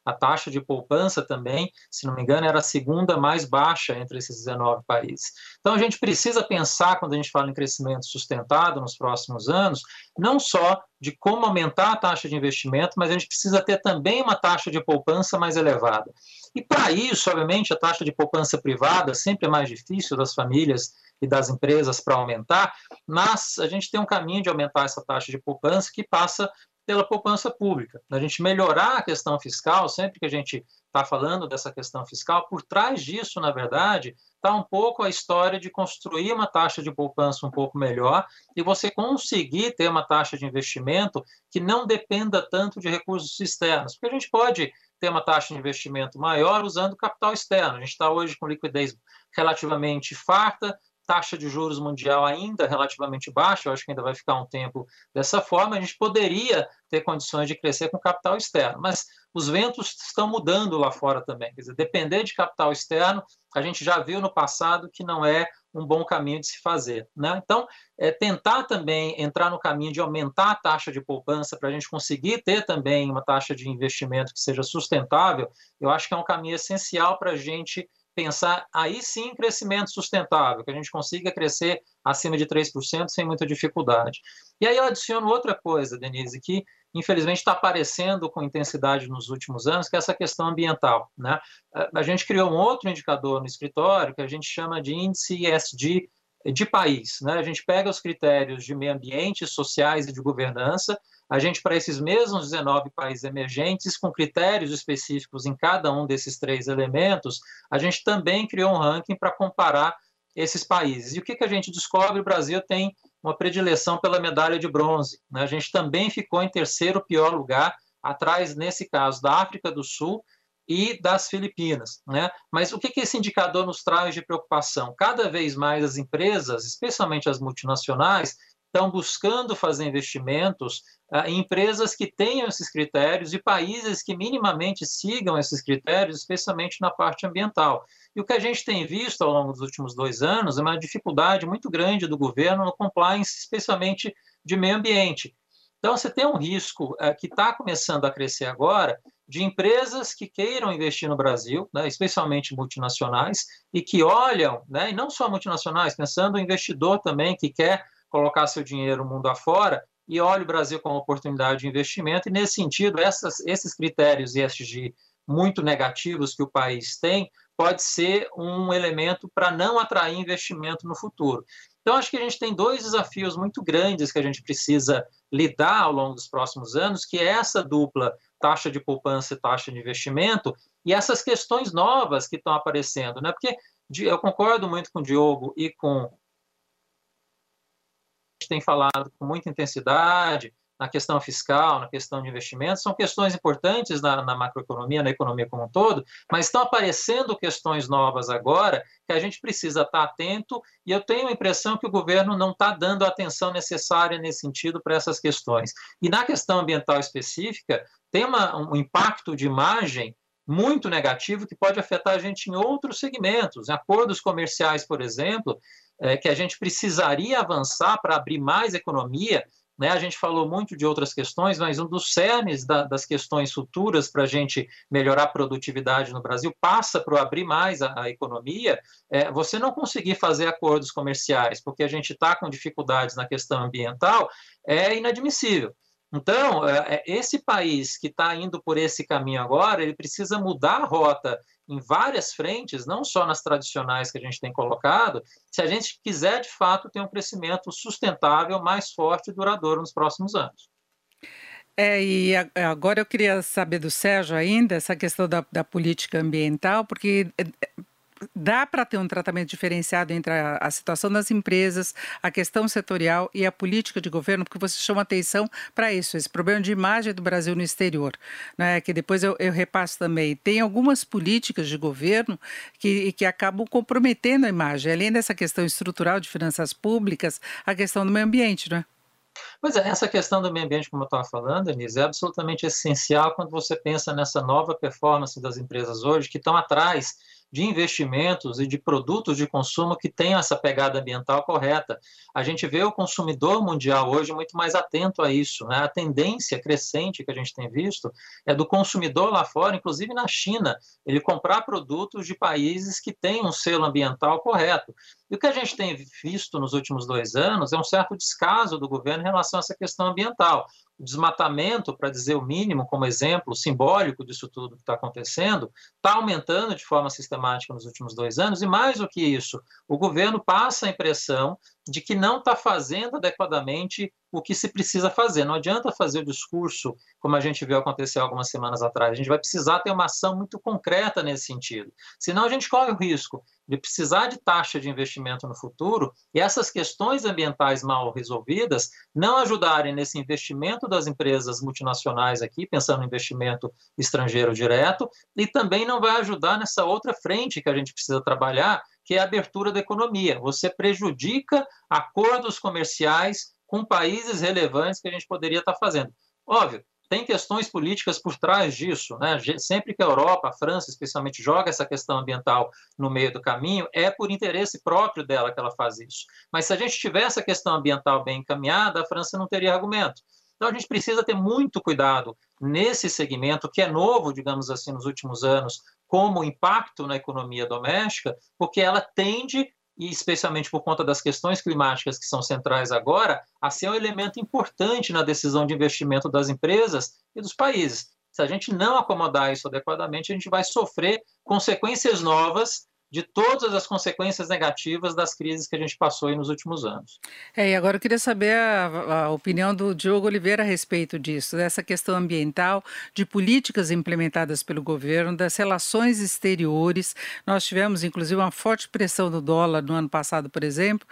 a taxa de poupança também, se não me engano, era a segunda mais baixa entre esses 19 países. Então, a gente precisa pensar, quando a gente fala em crescimento sustentado nos próximos anos, não só de como aumentar a taxa de investimento, mas a gente precisa ter também uma taxa de poupança mais elevada. E para isso, obviamente, a taxa de poupança privada sempre é mais difícil das famílias e das empresas para aumentar, mas a gente tem um caminho de aumentar essa taxa de poupança que passa pela poupança pública. A gente melhorar a questão fiscal, sempre que a gente está falando dessa questão fiscal, por trás disso, na verdade, está um pouco a história de construir uma taxa de poupança um pouco melhor e você conseguir ter uma taxa de investimento que não dependa tanto de recursos externos, porque a gente pode ter uma taxa de investimento maior usando capital externo. A gente está hoje com liquidez relativamente farta, taxa de juros mundial ainda relativamente baixa, eu acho que ainda vai ficar um tempo dessa forma, a gente poderia ter condições de crescer com capital externo, mas os ventos estão mudando lá fora também, quer dizer, depender de capital externo, a gente já viu no passado que não é um bom caminho de se fazer, né? Então, tentar também entrar no caminho de aumentar a taxa de poupança para a gente conseguir ter também uma taxa de investimento que seja sustentável, eu acho que é um caminho essencial para a gente pensar aí sim em crescimento sustentável, que a gente consiga crescer acima de 3% sem muita dificuldade. E aí eu adiciono outra coisa, Denise, que infelizmente está aparecendo com intensidade nos últimos anos, que é essa questão ambiental, né? A gente criou um outro indicador no escritório que a gente chama de índice ESG de país, né? A gente pega os critérios de meio ambiente, sociais e de governança, a gente, para esses mesmos 19 países emergentes, com critérios específicos em cada um desses 3 elementos, a gente também criou um ranking para comparar esses países. E o que a gente descobre? O Brasil tem uma predileção pela medalha de bronze, né? A gente também ficou em terceiro pior lugar, atrás, nesse caso, da África do Sul e das Filipinas, né? Mas o que esse indicador nos traz de preocupação? Cada vez mais as empresas, especialmente as multinacionais, estão buscando fazer investimentos em empresas que tenham esses critérios e países que minimamente sigam esses critérios, especialmente na parte ambiental. E o que a gente tem visto ao longo dos últimos 2 anos é uma dificuldade muito grande do governo no compliance, especialmente de meio ambiente. Então, você tem um risco que está começando a crescer agora de empresas que queiram investir no Brasil, né, especialmente multinacionais, e que olham, né, e não só multinacionais, pensando no investidor também que quer colocar seu dinheiro mundo afora e olha o Brasil como oportunidade de investimento, e nesse sentido, esses critérios ESG muito negativos que o país tem, pode ser um elemento para não atrair investimento no futuro. Então, acho que a gente tem 2 desafios muito grandes que a gente precisa lidar ao longo dos próximos anos, que é essa dupla taxa de poupança e taxa de investimento, e essas questões novas que estão aparecendo, né? Porque eu concordo muito com o Diogo e com tem falado com muita intensidade na questão fiscal, na questão de investimentos, são questões importantes na macroeconomia, na economia como um todo, mas estão aparecendo questões novas agora que a gente precisa estar atento, e eu tenho a impressão que o governo não está dando a atenção necessária nesse sentido para essas questões. E na questão ambiental específica, tem um impacto de imagem muito negativo que pode afetar a gente em outros segmentos, em acordos comerciais, por exemplo, que a gente precisaria avançar para abrir mais economia, né? A gente falou muito de outras questões, mas um dos cernes das questões futuras para a gente melhorar a produtividade no Brasil passa por abrir mais a economia, você não conseguir fazer acordos comerciais, porque a gente está com dificuldades na questão ambiental, é inadmissível. Então, esse país que está indo por esse caminho agora, ele precisa mudar a rota em várias frentes, não só nas tradicionais que a gente tem colocado, se a gente quiser, de fato, ter um crescimento sustentável, mais forte e duradouro nos próximos anos. E agora eu queria saber do Sérgio ainda, essa questão da política ambiental, porque dá para ter um tratamento diferenciado entre a situação das empresas, a questão setorial e a política de governo, porque você chama atenção para isso, esse problema de imagem do Brasil no exterior, né? Que depois eu repasso também. Tem algumas políticas de governo que acabam comprometendo a imagem, além dessa questão estrutural de finanças públicas, a questão do meio ambiente, não é? Pois é, essa questão do meio ambiente, como eu estava falando, Denise, é absolutamente essencial quando você pensa nessa nova performance das empresas hoje, que estão atrás de investimentos e de produtos de consumo que tenham essa pegada ambiental correta. A gente vê o consumidor mundial hoje muito mais atento a isso, né? A tendência crescente que a gente tem visto é do consumidor lá fora, inclusive na China, ele comprar produtos de países que têm um selo ambiental correto. E o que a gente tem visto nos últimos 2 anos é um certo descaso do governo em relação a essa questão ambiental. O desmatamento, para dizer o mínimo, como exemplo simbólico disso tudo que está acontecendo, está aumentando de forma sistemática nos últimos 2 anos, e mais do que isso, o governo passa a impressão de que não está fazendo adequadamente o que se precisa fazer. Não adianta fazer o discurso, como a gente viu acontecer algumas semanas atrás. A gente vai precisar ter uma ação muito concreta nesse sentido. Senão a gente corre o risco de precisar de taxa de investimento no futuro e essas questões ambientais mal resolvidas não ajudarem nesse investimento das empresas multinacionais aqui, pensando no investimento estrangeiro direto, e também não vai ajudar nessa outra frente que a gente precisa trabalhar, que é a abertura da economia. Você prejudica acordos comerciais com países relevantes que a gente poderia estar fazendo. Óbvio, tem questões políticas por trás disso, né? Sempre que a Europa, a França especialmente, joga essa questão ambiental no meio do caminho, é por interesse próprio dela que ela faz isso. Mas se a gente tivesse a questão ambiental bem encaminhada, a França não teria argumento. Então a gente precisa ter muito cuidado nesse segmento, que é novo, digamos assim, nos últimos anos, como impacto na economia doméstica, porque ela tende, e especialmente por conta das questões climáticas que são centrais agora, a ser um elemento importante na decisão de investimento das empresas e dos países. Se a gente não acomodar isso adequadamente, a gente vai sofrer consequências novas de todas as consequências negativas das crises que a gente passou aí nos últimos anos. E agora eu queria saber a opinião do Diogo Oliveira a respeito disso, dessa questão ambiental, de políticas implementadas pelo governo, das relações exteriores. Nós tivemos, inclusive, uma forte pressão do dólar no ano passado, por exemplo,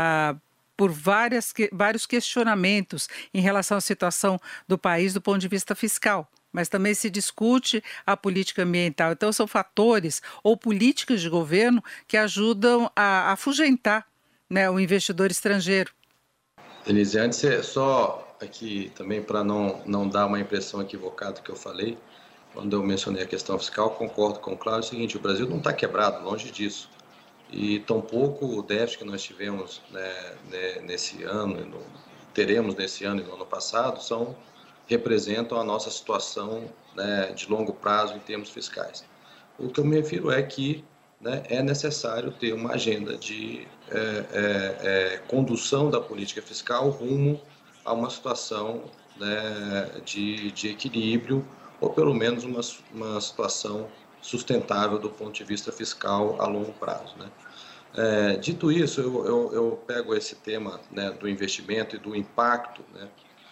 por vários questionamentos em relação à situação do país do ponto de vista fiscal. Mas também se discute a política ambiental. Então, são fatores ou políticas de governo que ajudam a afugentar, né, o investidor estrangeiro. Denise, antes, só aqui também para não dar uma impressão equivocada do que eu falei, quando eu mencionei a questão fiscal, concordo com o Cláudio, é o seguinte: o Brasil não está quebrado, longe disso. E tampouco o déficit que nós tivemos, né, nesse ano, teremos nesse ano e no ano passado, representam a nossa situação, né, de longo prazo em termos fiscais. O que eu me refiro é que, né, é necessário ter uma agenda de condução da política fiscal rumo a uma situação, né, de equilíbrio, ou pelo menos uma situação sustentável do ponto de vista fiscal a longo prazo, né? Dito isso, eu pego esse tema, né, do investimento e do impacto, né,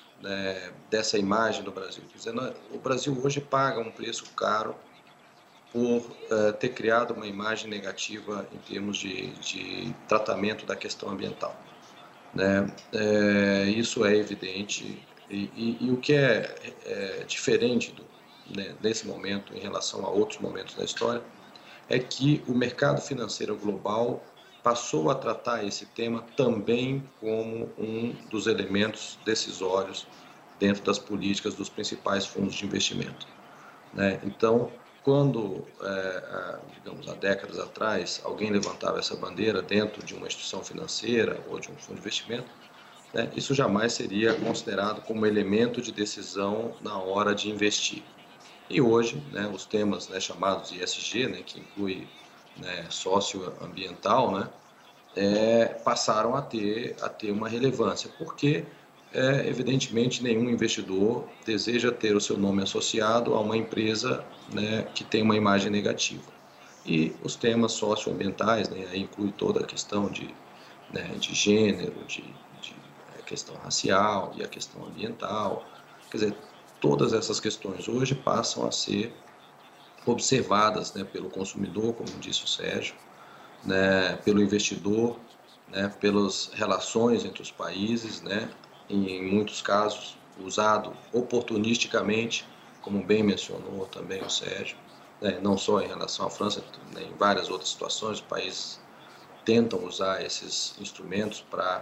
dessa imagem do Brasil. Dizendo, o Brasil hoje paga um preço caro por ter criado uma imagem negativa em termos de tratamento da questão ambiental, né? Isso é evidente, e o que é diferente nesse momento em relação a outros momentos da história é que o mercado financeiro global passou a tratar esse tema também como um dos elementos decisórios dentro das políticas dos principais fundos de investimento, né? Então, quando, digamos, há décadas atrás, alguém levantava essa bandeira dentro de uma instituição financeira ou de um fundo de investimento, né, isso jamais seria considerado como elemento de decisão na hora de investir. E hoje, né, os temas, né, chamados de ESG, né, que inclui, né, socioambiental, né, passaram a ter uma relevância, porque, evidentemente, nenhum investidor deseja ter o seu nome associado a uma empresa, né, que tem uma imagem negativa. E os temas socioambientais, né, aí inclui toda a questão de gênero, de questão racial e a questão ambiental. Quer dizer, todas essas questões hoje passam a ser observadas, né, pelo consumidor, como disse o Sérgio, né, pelo investidor, né, pelas relações entre os países, né, em muitos casos usado oportunisticamente, como bem mencionou também o Sérgio, né, não só em relação à França, né, em várias outras situações, os países tentam usar esses instrumentos para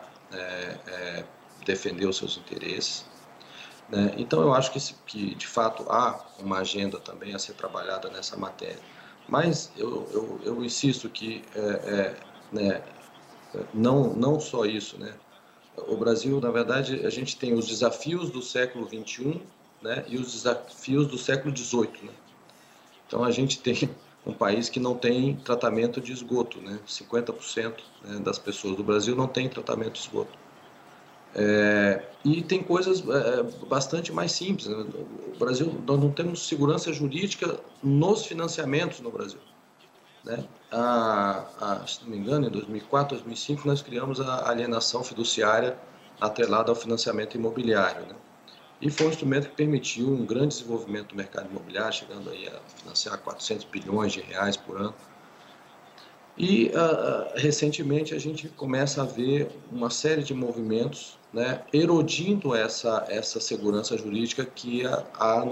defender os seus interesses, né? Então eu acho que de fato há uma agenda também a ser trabalhada nessa matéria. Mas eu insisto que né, não só isso, né? O Brasil, na verdade, a gente tem os desafios do século XXI, né, e os desafios do século XVIII, né? Então, a gente tem um país que não tem tratamento de esgoto, né? 50%, né, das pessoas do Brasil não tem tratamento de esgoto. E tem coisas bastante mais simples, né? O Brasil, nós não temos segurança jurídica nos financiamentos no Brasil, né? Se não me engano, em 2004, 2005, nós criamos a alienação fiduciária atrelada ao financiamento imobiliário, né? E foi um instrumento que permitiu um grande desenvolvimento do mercado imobiliário, chegando aí a financiar 400 bilhões de reais por ano. E recentemente a gente começa a ver uma série de movimentos, né, erodindo essa segurança jurídica que há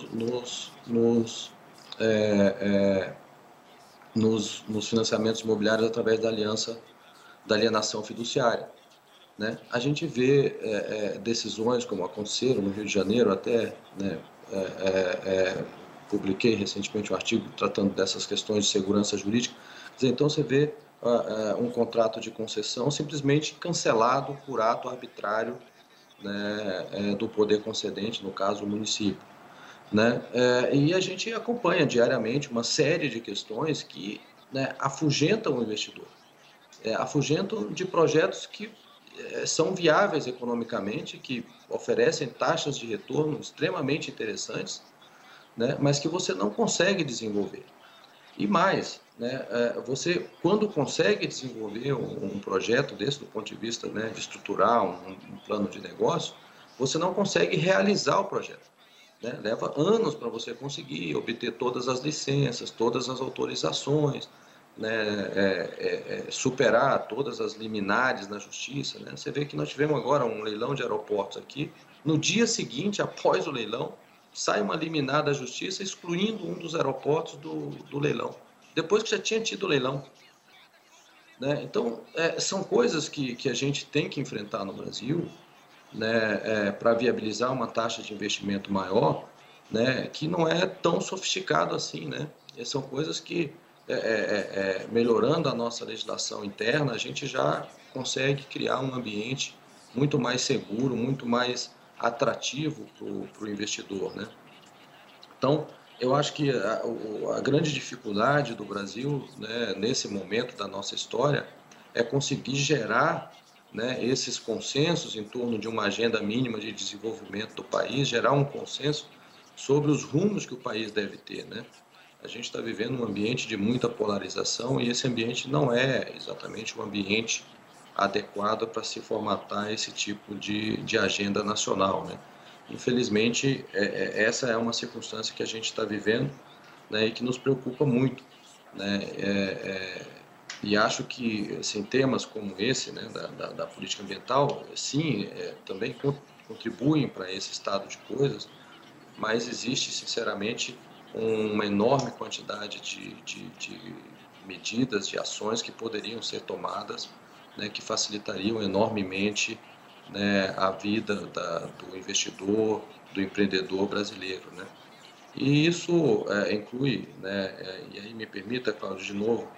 nos financiamentos imobiliários através da alienação fiduciária, né? A gente vê decisões como aconteceram no Rio de Janeiro, até, né, publiquei recentemente um artigo tratando dessas questões de segurança jurídica. Quer dizer, então você vê um contrato de concessão simplesmente cancelado por ato arbitrário, né, do poder concedente, no caso o município, né? E a gente acompanha diariamente uma série de questões que, né, afugentam o investidor, afugentam de projetos que são viáveis economicamente, que oferecem taxas de retorno extremamente interessantes, né, mas que você não consegue desenvolver. E mais, né, você, quando consegue desenvolver um projeto desse, do ponto de vista, né, de estruturar um plano de negócio, você não consegue realizar o projeto, né? Leva anos para você conseguir obter todas as licenças, todas as autorizações, né, superar todas as liminares na justiça, né? Você vê que nós tivemos agora um leilão de aeroportos aqui, no dia seguinte, após o leilão, sai uma liminar da justiça excluindo um dos aeroportos do leilão, depois que já tinha tido o leilão, né? Então, são coisas que a gente tem que enfrentar no Brasil, né, para viabilizar uma taxa de investimento maior, né, que não é tão sofisticado assim, né? São coisas que, melhorando a nossa legislação interna, a gente já consegue criar um ambiente muito mais seguro, muito mais atrativo para o investidor, né? Então, eu acho que a grande dificuldade do Brasil, né, nesse momento da nossa história, é conseguir gerar, né, esses consensos em torno de uma agenda mínima de desenvolvimento do país, gerar um consenso sobre os rumos que o país deve ter, né? A gente está vivendo um ambiente de muita polarização e esse ambiente não é exatamente um ambiente adequado para se formatar esse tipo de agenda nacional, né? Infelizmente, essa é uma circunstância que a gente está vivendo, né, e que nos preocupa muito, né? E acho que, assim, temas como esse, né, da política ambiental, sim, também contribuem para esse estado de coisas, mas existe, sinceramente, uma enorme quantidade de medidas, de ações que poderiam ser tomadas, né, que facilitariam enormemente, né, a vida do investidor, do empreendedor brasileiro, né? E isso inclui, né, e aí me permita, Cláudio, de novo,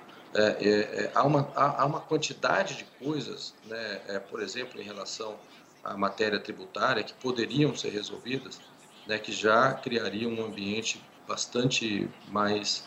há uma quantidade de coisas, né, por exemplo, em relação à matéria tributária, que poderiam ser resolvidas, né, que já criariam um ambiente bastante mais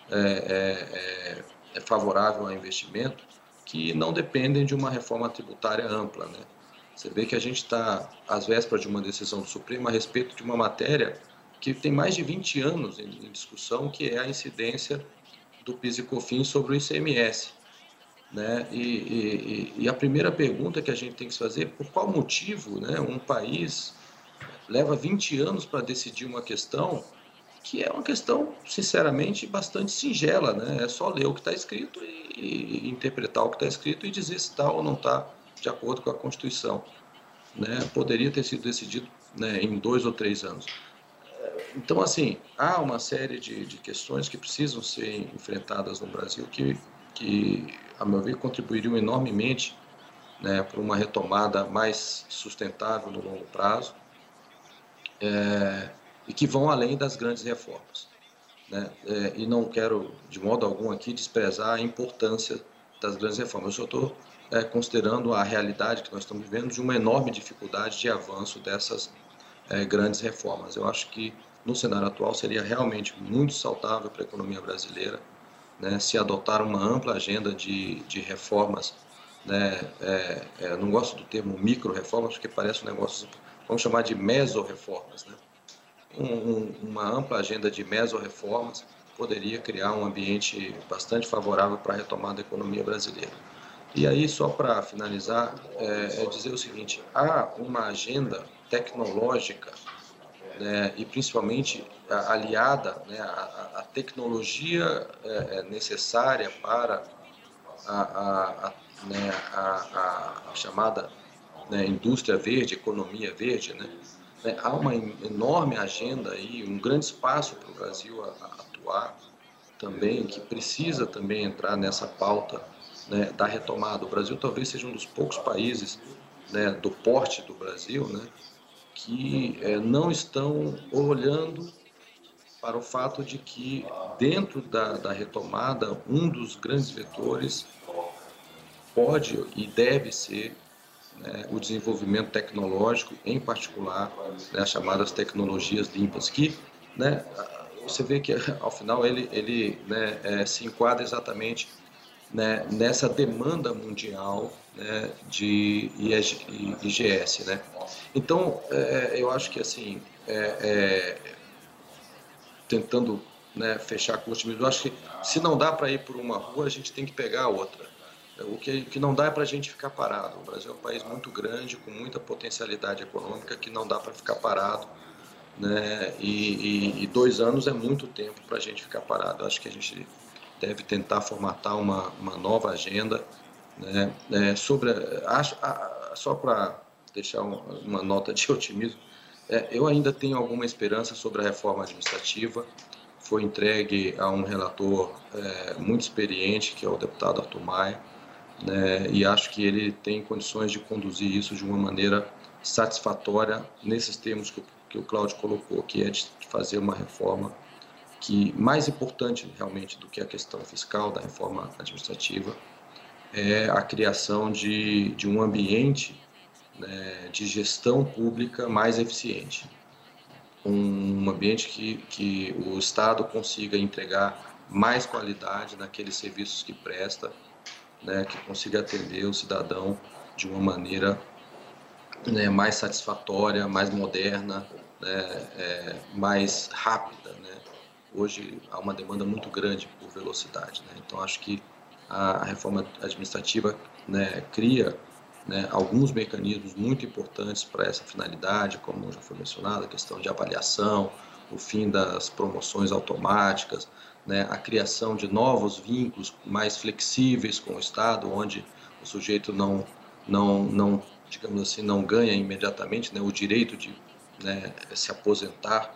favorável ao investimento, que não dependem de uma reforma tributária ampla, né? Você vê que a gente está às vésperas de uma decisão do Supremo a respeito de uma matéria que tem mais de 20 anos em discussão, que é a incidência do PIS e COFINS sobre o ICMS, né? E a primeira pergunta que a gente tem que se fazer, por qual motivo, né, um país leva 20 anos para decidir uma questão que é uma questão, sinceramente, bastante singela, né? É só ler o que está escrito e interpretar o que está escrito e dizer se está ou não está de acordo com a Constituição, né? Poderia ter sido decidido, né, em 2 ou 3 anos. Então, assim, há uma série de questões que precisam ser enfrentadas no Brasil que, a meu ver, contribuiriam enormemente, né, para uma retomada mais sustentável no longo prazo, e que vão além das grandes reformas. né? E não quero, de modo algum, aqui desprezar a importância das grandes reformas. Eu só estou considerando a realidade que nós estamos vivendo de uma enorme dificuldade de avanço dessas grandes reformas. Eu acho que, no cenário atual, seria realmente muito saudável para a economia brasileira, né, se adotar uma ampla agenda de reformas, né, não gosto do termo micro-reformas, porque parece um negócio, vamos chamar de meso-reformas, né? Uma ampla agenda de meso-reformas poderia criar um ambiente bastante favorável para a retomada da economia brasileira. E aí, só para finalizar, dizer o seguinte: há uma agenda tecnológica, né, e principalmente aliada, né, à tecnologia necessária para a chamada, né, indústria verde, economia verde, né? Há uma enorme agenda aí, um grande espaço para o Brasil atuar também, que precisa também entrar nessa pauta, né, da retomada. O Brasil talvez seja um dos poucos países, né, do porte do Brasil, né, que não estão olhando para o fato de que, dentro da retomada, um dos grandes vetores pode e deve ser, né, o desenvolvimento tecnológico, em particular, né, as chamadas tecnologias limpas, que, né, você vê que, ao final, ele né, se enquadra exatamente, né, nessa demanda mundial, né, de IGS, né? Então, eu acho que, assim, tentando, né, fechar com o otimismo, eu acho que, se não dá para ir por uma rua, a gente tem que pegar a outra. O que não dá é para a gente ficar parado. O Brasil é um país muito grande, com muita potencialidade econômica, que não dá para ficar parado, né? E 2 anos é muito tempo para a gente ficar parado. Eu acho que a gente deve tentar formatar uma nova agenda, né? Só para deixar uma nota de otimismo, eu ainda tenho alguma esperança sobre a reforma administrativa. Foi entregue a um relator muito experiente, que é o deputado Arthur Maia, né, e acho que ele tem condições de conduzir isso de uma maneira satisfatória, nesses termos que o Cláudio colocou, que é de fazer uma reforma que, mais importante realmente do que a questão fiscal da reforma administrativa, é a criação de um ambiente, né, de gestão pública mais eficiente. Um ambiente que o Estado consiga entregar mais qualidade naqueles serviços que presta, né, que consiga atender o cidadão de uma maneira, né, mais satisfatória, mais moderna, né, mais rápida, né? Hoje há uma demanda muito grande por velocidade, né? Então acho que a reforma administrativa, né, cria, né, alguns mecanismos muito importantes para essa finalidade, como já foi mencionado, a questão de avaliação, o fim das promoções automáticas, né, a criação de novos vínculos mais flexíveis com o Estado, onde o sujeito não digamos assim, não ganha imediatamente, né, o direito de, né, se aposentar,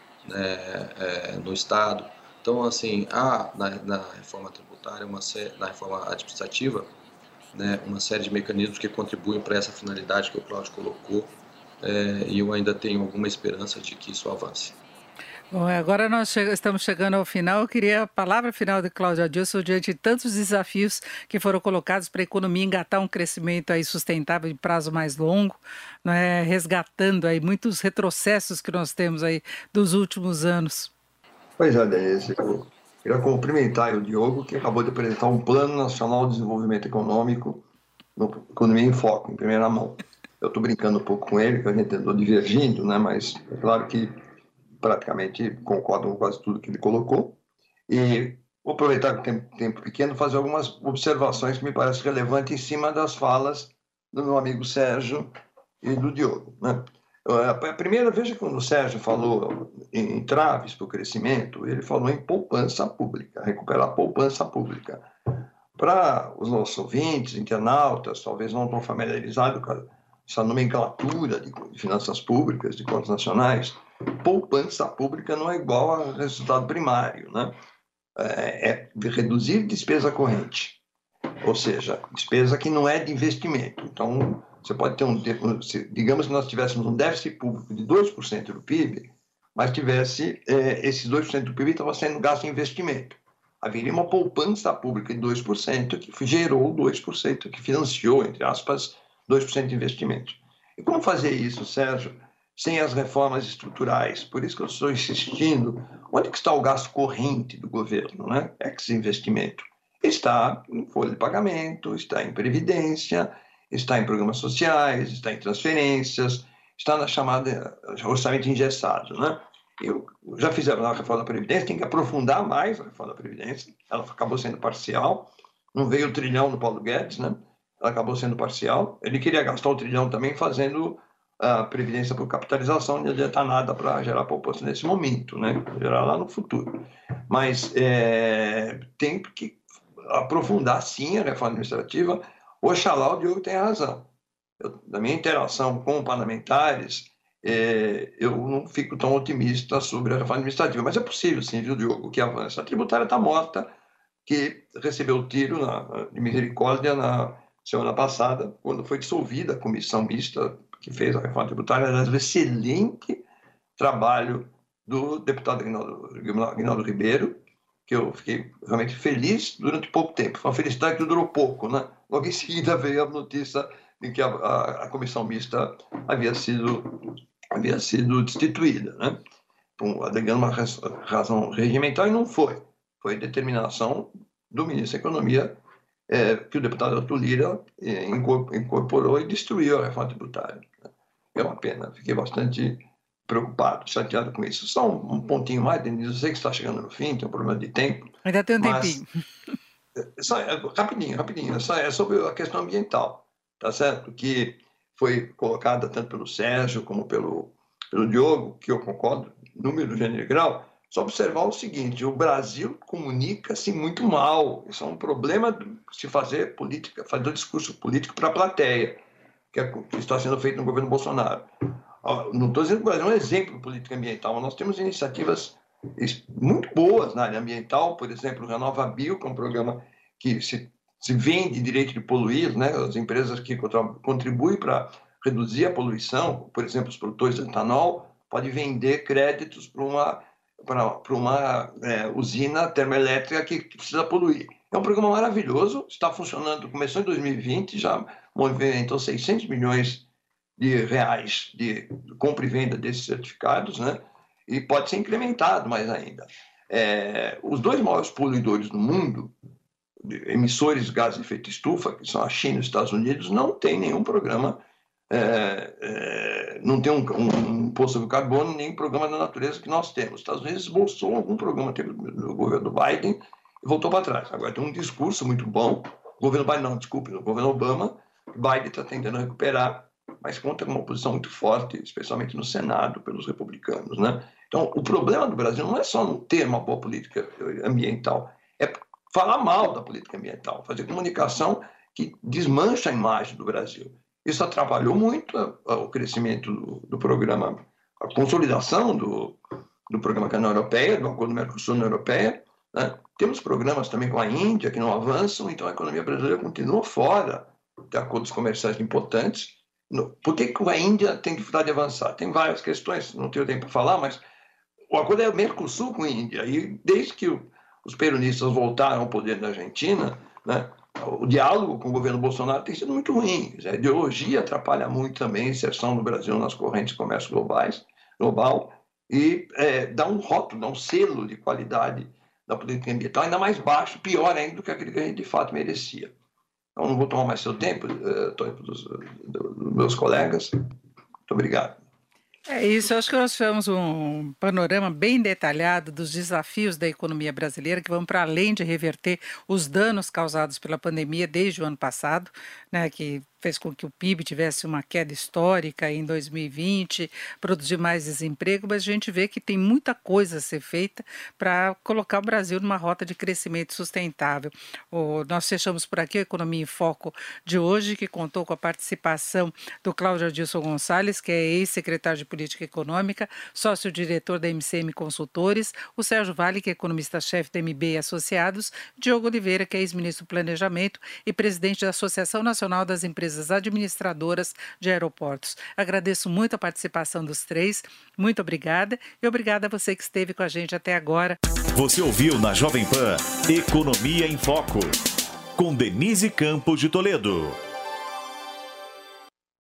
né, no Estado. Então, assim, há na reforma tributária, na reforma administrativa, né, uma série de mecanismos que contribuem para essa finalidade que o Cláudio colocou, e eu ainda tenho alguma esperança de que isso avance. Bom, agora nós estamos chegando ao final. Eu queria a palavra final de Cláudio Adilson diante de tantos desafios que foram colocados para a economia engatar um crescimento aí sustentável de prazo mais longo, né, resgatando aí muitos retrocessos que nós temos aí dos últimos anos. Pois é, Denise, eu queria cumprimentar o Diogo, que acabou de apresentar um Plano Nacional de Desenvolvimento Econômico, no Economia em Foco, em primeira mão. Eu estou brincando um pouco com ele, que a gente andou divergindo, né, mas é claro que praticamente concordo com quase tudo que ele colocou, e vou aproveitar que tem tempo pequeno fazer algumas observações que me parecem relevantes em cima das falas do meu amigo Sérgio e do Diogo, né? A primeira vez que quando o Sérgio falou em traves para o crescimento, ele falou em poupança pública, recuperar a poupança pública. Para os nossos ouvintes, internautas, talvez não estão familiarizados com essa nomenclatura de finanças públicas, de contas nacionais, poupança pública não é igual a resultado primário, né? É reduzir despesa corrente, ou seja, despesa que não é de investimento. Então, você pode ter digamos que nós tivéssemos um déficit público de 2% do PIB, mas tivesse esses 2% do PIB estava sendo gasto em investimento. Haveria uma poupança pública de 2% que gerou 2%, que financiou, entre aspas, 2% de investimento. E como fazer isso, Sérgio, sem as reformas estruturais? Por isso que eu estou insistindo, onde que está o gasto corrente do governo, né? Ex-investimento. Está em folha de pagamento, está em previdência, está em programas sociais, está em transferências, está na chamada orçamento engessado, né? Já fizeram a reforma da Previdência, tem que aprofundar mais a reforma da Previdência, ela acabou sendo parcial, não veio o trilhão do Paulo Guedes, né? Ela acabou sendo parcial, ele queria gastar o trilhão também fazendo a Previdência por capitalização, não adianta nada para gerar poupança nesse momento, né? Gerar lá no futuro. Mas tem que aprofundar sim a reforma administrativa. Oxalá o Diogo tenha razão. Na minha interação com parlamentares, eu não fico tão otimista sobre a reforma administrativa, mas é possível sim, viu, Diogo, que avance. A tributária está morta, que recebeu tiro de misericórdia na semana passada, quando foi dissolvida a comissão mista que fez a reforma tributária. Aliás, um excelente trabalho do deputado Aguinaldo Ribeiro, que eu fiquei realmente feliz durante pouco tempo. Foi uma felicidade que durou pouco, né? Logo em seguida veio a notícia de que a comissão mista havia sido destituída, né? Alegando uma razão regimental, e não foi. Foi determinação do ministro da Economia, que o deputado Arthur Lira incorporou e destruiu a reforma tributária. É uma pena, fiquei bastante preocupado, chateado com isso. Só um pontinho mais, Denise, eu sei que está chegando no fim, tem um problema de tempo. Ainda tem um tempinho. Rapidinho, é sobre a questão ambiental, tá certo? Que foi colocada tanto pelo Sérgio como pelo Diogo, que eu concordo, número, gênero e grau. Só observar o seguinte: o Brasil comunica-se muito mal. Isso é um problema de se fazer política, fazer discurso político para a plateia, que está sendo feito no governo Bolsonaro. Não estou dizendo que o Brasil é um exemplo de política ambiental, mas nós temos iniciativas muito boas na área ambiental. Por exemplo, o RenovaBio, que é um programa que se vende direito de poluir, né? As empresas que contribuem para reduzir a poluição, por exemplo, os produtores de etanol, podem vender créditos para uma usina termoelétrica que precisa poluir. É um programa maravilhoso, está funcionando, começou em 2020, já movimentou 600 milhões de reais de compra e venda desses certificados, né? E pode ser incrementado mais ainda. Os dois maiores poluidores do mundo, emissores de gases de efeito estufa, que são a China e os Estados Unidos, não tem nenhum programa, não tem um imposto sobre carbono, nem programa da natureza que nós temos. Os Estados Unidos esboçou algum programa no governo do Biden e voltou para trás. Agora tem um discurso muito bom, o governo Biden não, desculpe, o governo Obama, Biden está tentando recuperar, mas conta com uma oposição muito forte, especialmente no Senado, pelos republicanos, né? Então, o problema do Brasil não é só não ter uma boa política ambiental, é falar mal da política ambiental, fazer comunicação que desmancha a imagem do Brasil. Isso atrapalhou muito o crescimento do programa, a consolidação do programa com a União Europeia, do acordo Mercosul-União Europeia, né? Temos programas também com a Índia que não avançam, então a economia brasileira continua fora de acordos comerciais importantes. Por que a Índia tem dificuldade de avançar? Tem várias questões, não tenho tempo para falar, mas o acordo é o Mercosul com a Índia, e desde que os peronistas voltaram ao poder na Argentina, né, o diálogo com o governo Bolsonaro tem sido muito ruim. A ideologia atrapalha muito também a inserção do Brasil nas correntes de comércio global, e dá um rótulo, dá um selo de qualidade da política ambiental ainda mais baixo, pior ainda do que aquele que a gente de fato merecia. Então, não vou tomar mais seu tempo, dos meus colegas. Muito obrigado. É isso, eu acho que nós tivemos um panorama bem detalhado dos desafios da economia brasileira, que vão para além de reverter os danos causados pela pandemia desde o ano passado, né, que fez com que o PIB tivesse uma queda histórica em 2020, produzir mais desemprego, mas a gente vê que tem muita coisa a ser feita para colocar o Brasil numa rota de crescimento sustentável. Nós fechamos por aqui a Economia em Foco de hoje, que contou com a participação do Cláudio Adilson Gonçalves, que é ex-secretário de Política Econômica, sócio-diretor da MCM Consultores, o Sérgio Vale, que é economista-chefe da MB e Associados, Diogo Oliveira, que é ex-ministro do Planejamento e presidente da Associação Nacional das Empresas empresas administradoras de aeroportos. Agradeço muito a participação dos três. Muito obrigada e obrigada a você que esteve com a gente até agora. Você ouviu na Jovem Pan Economia em Foco, com Denise Campos de Toledo.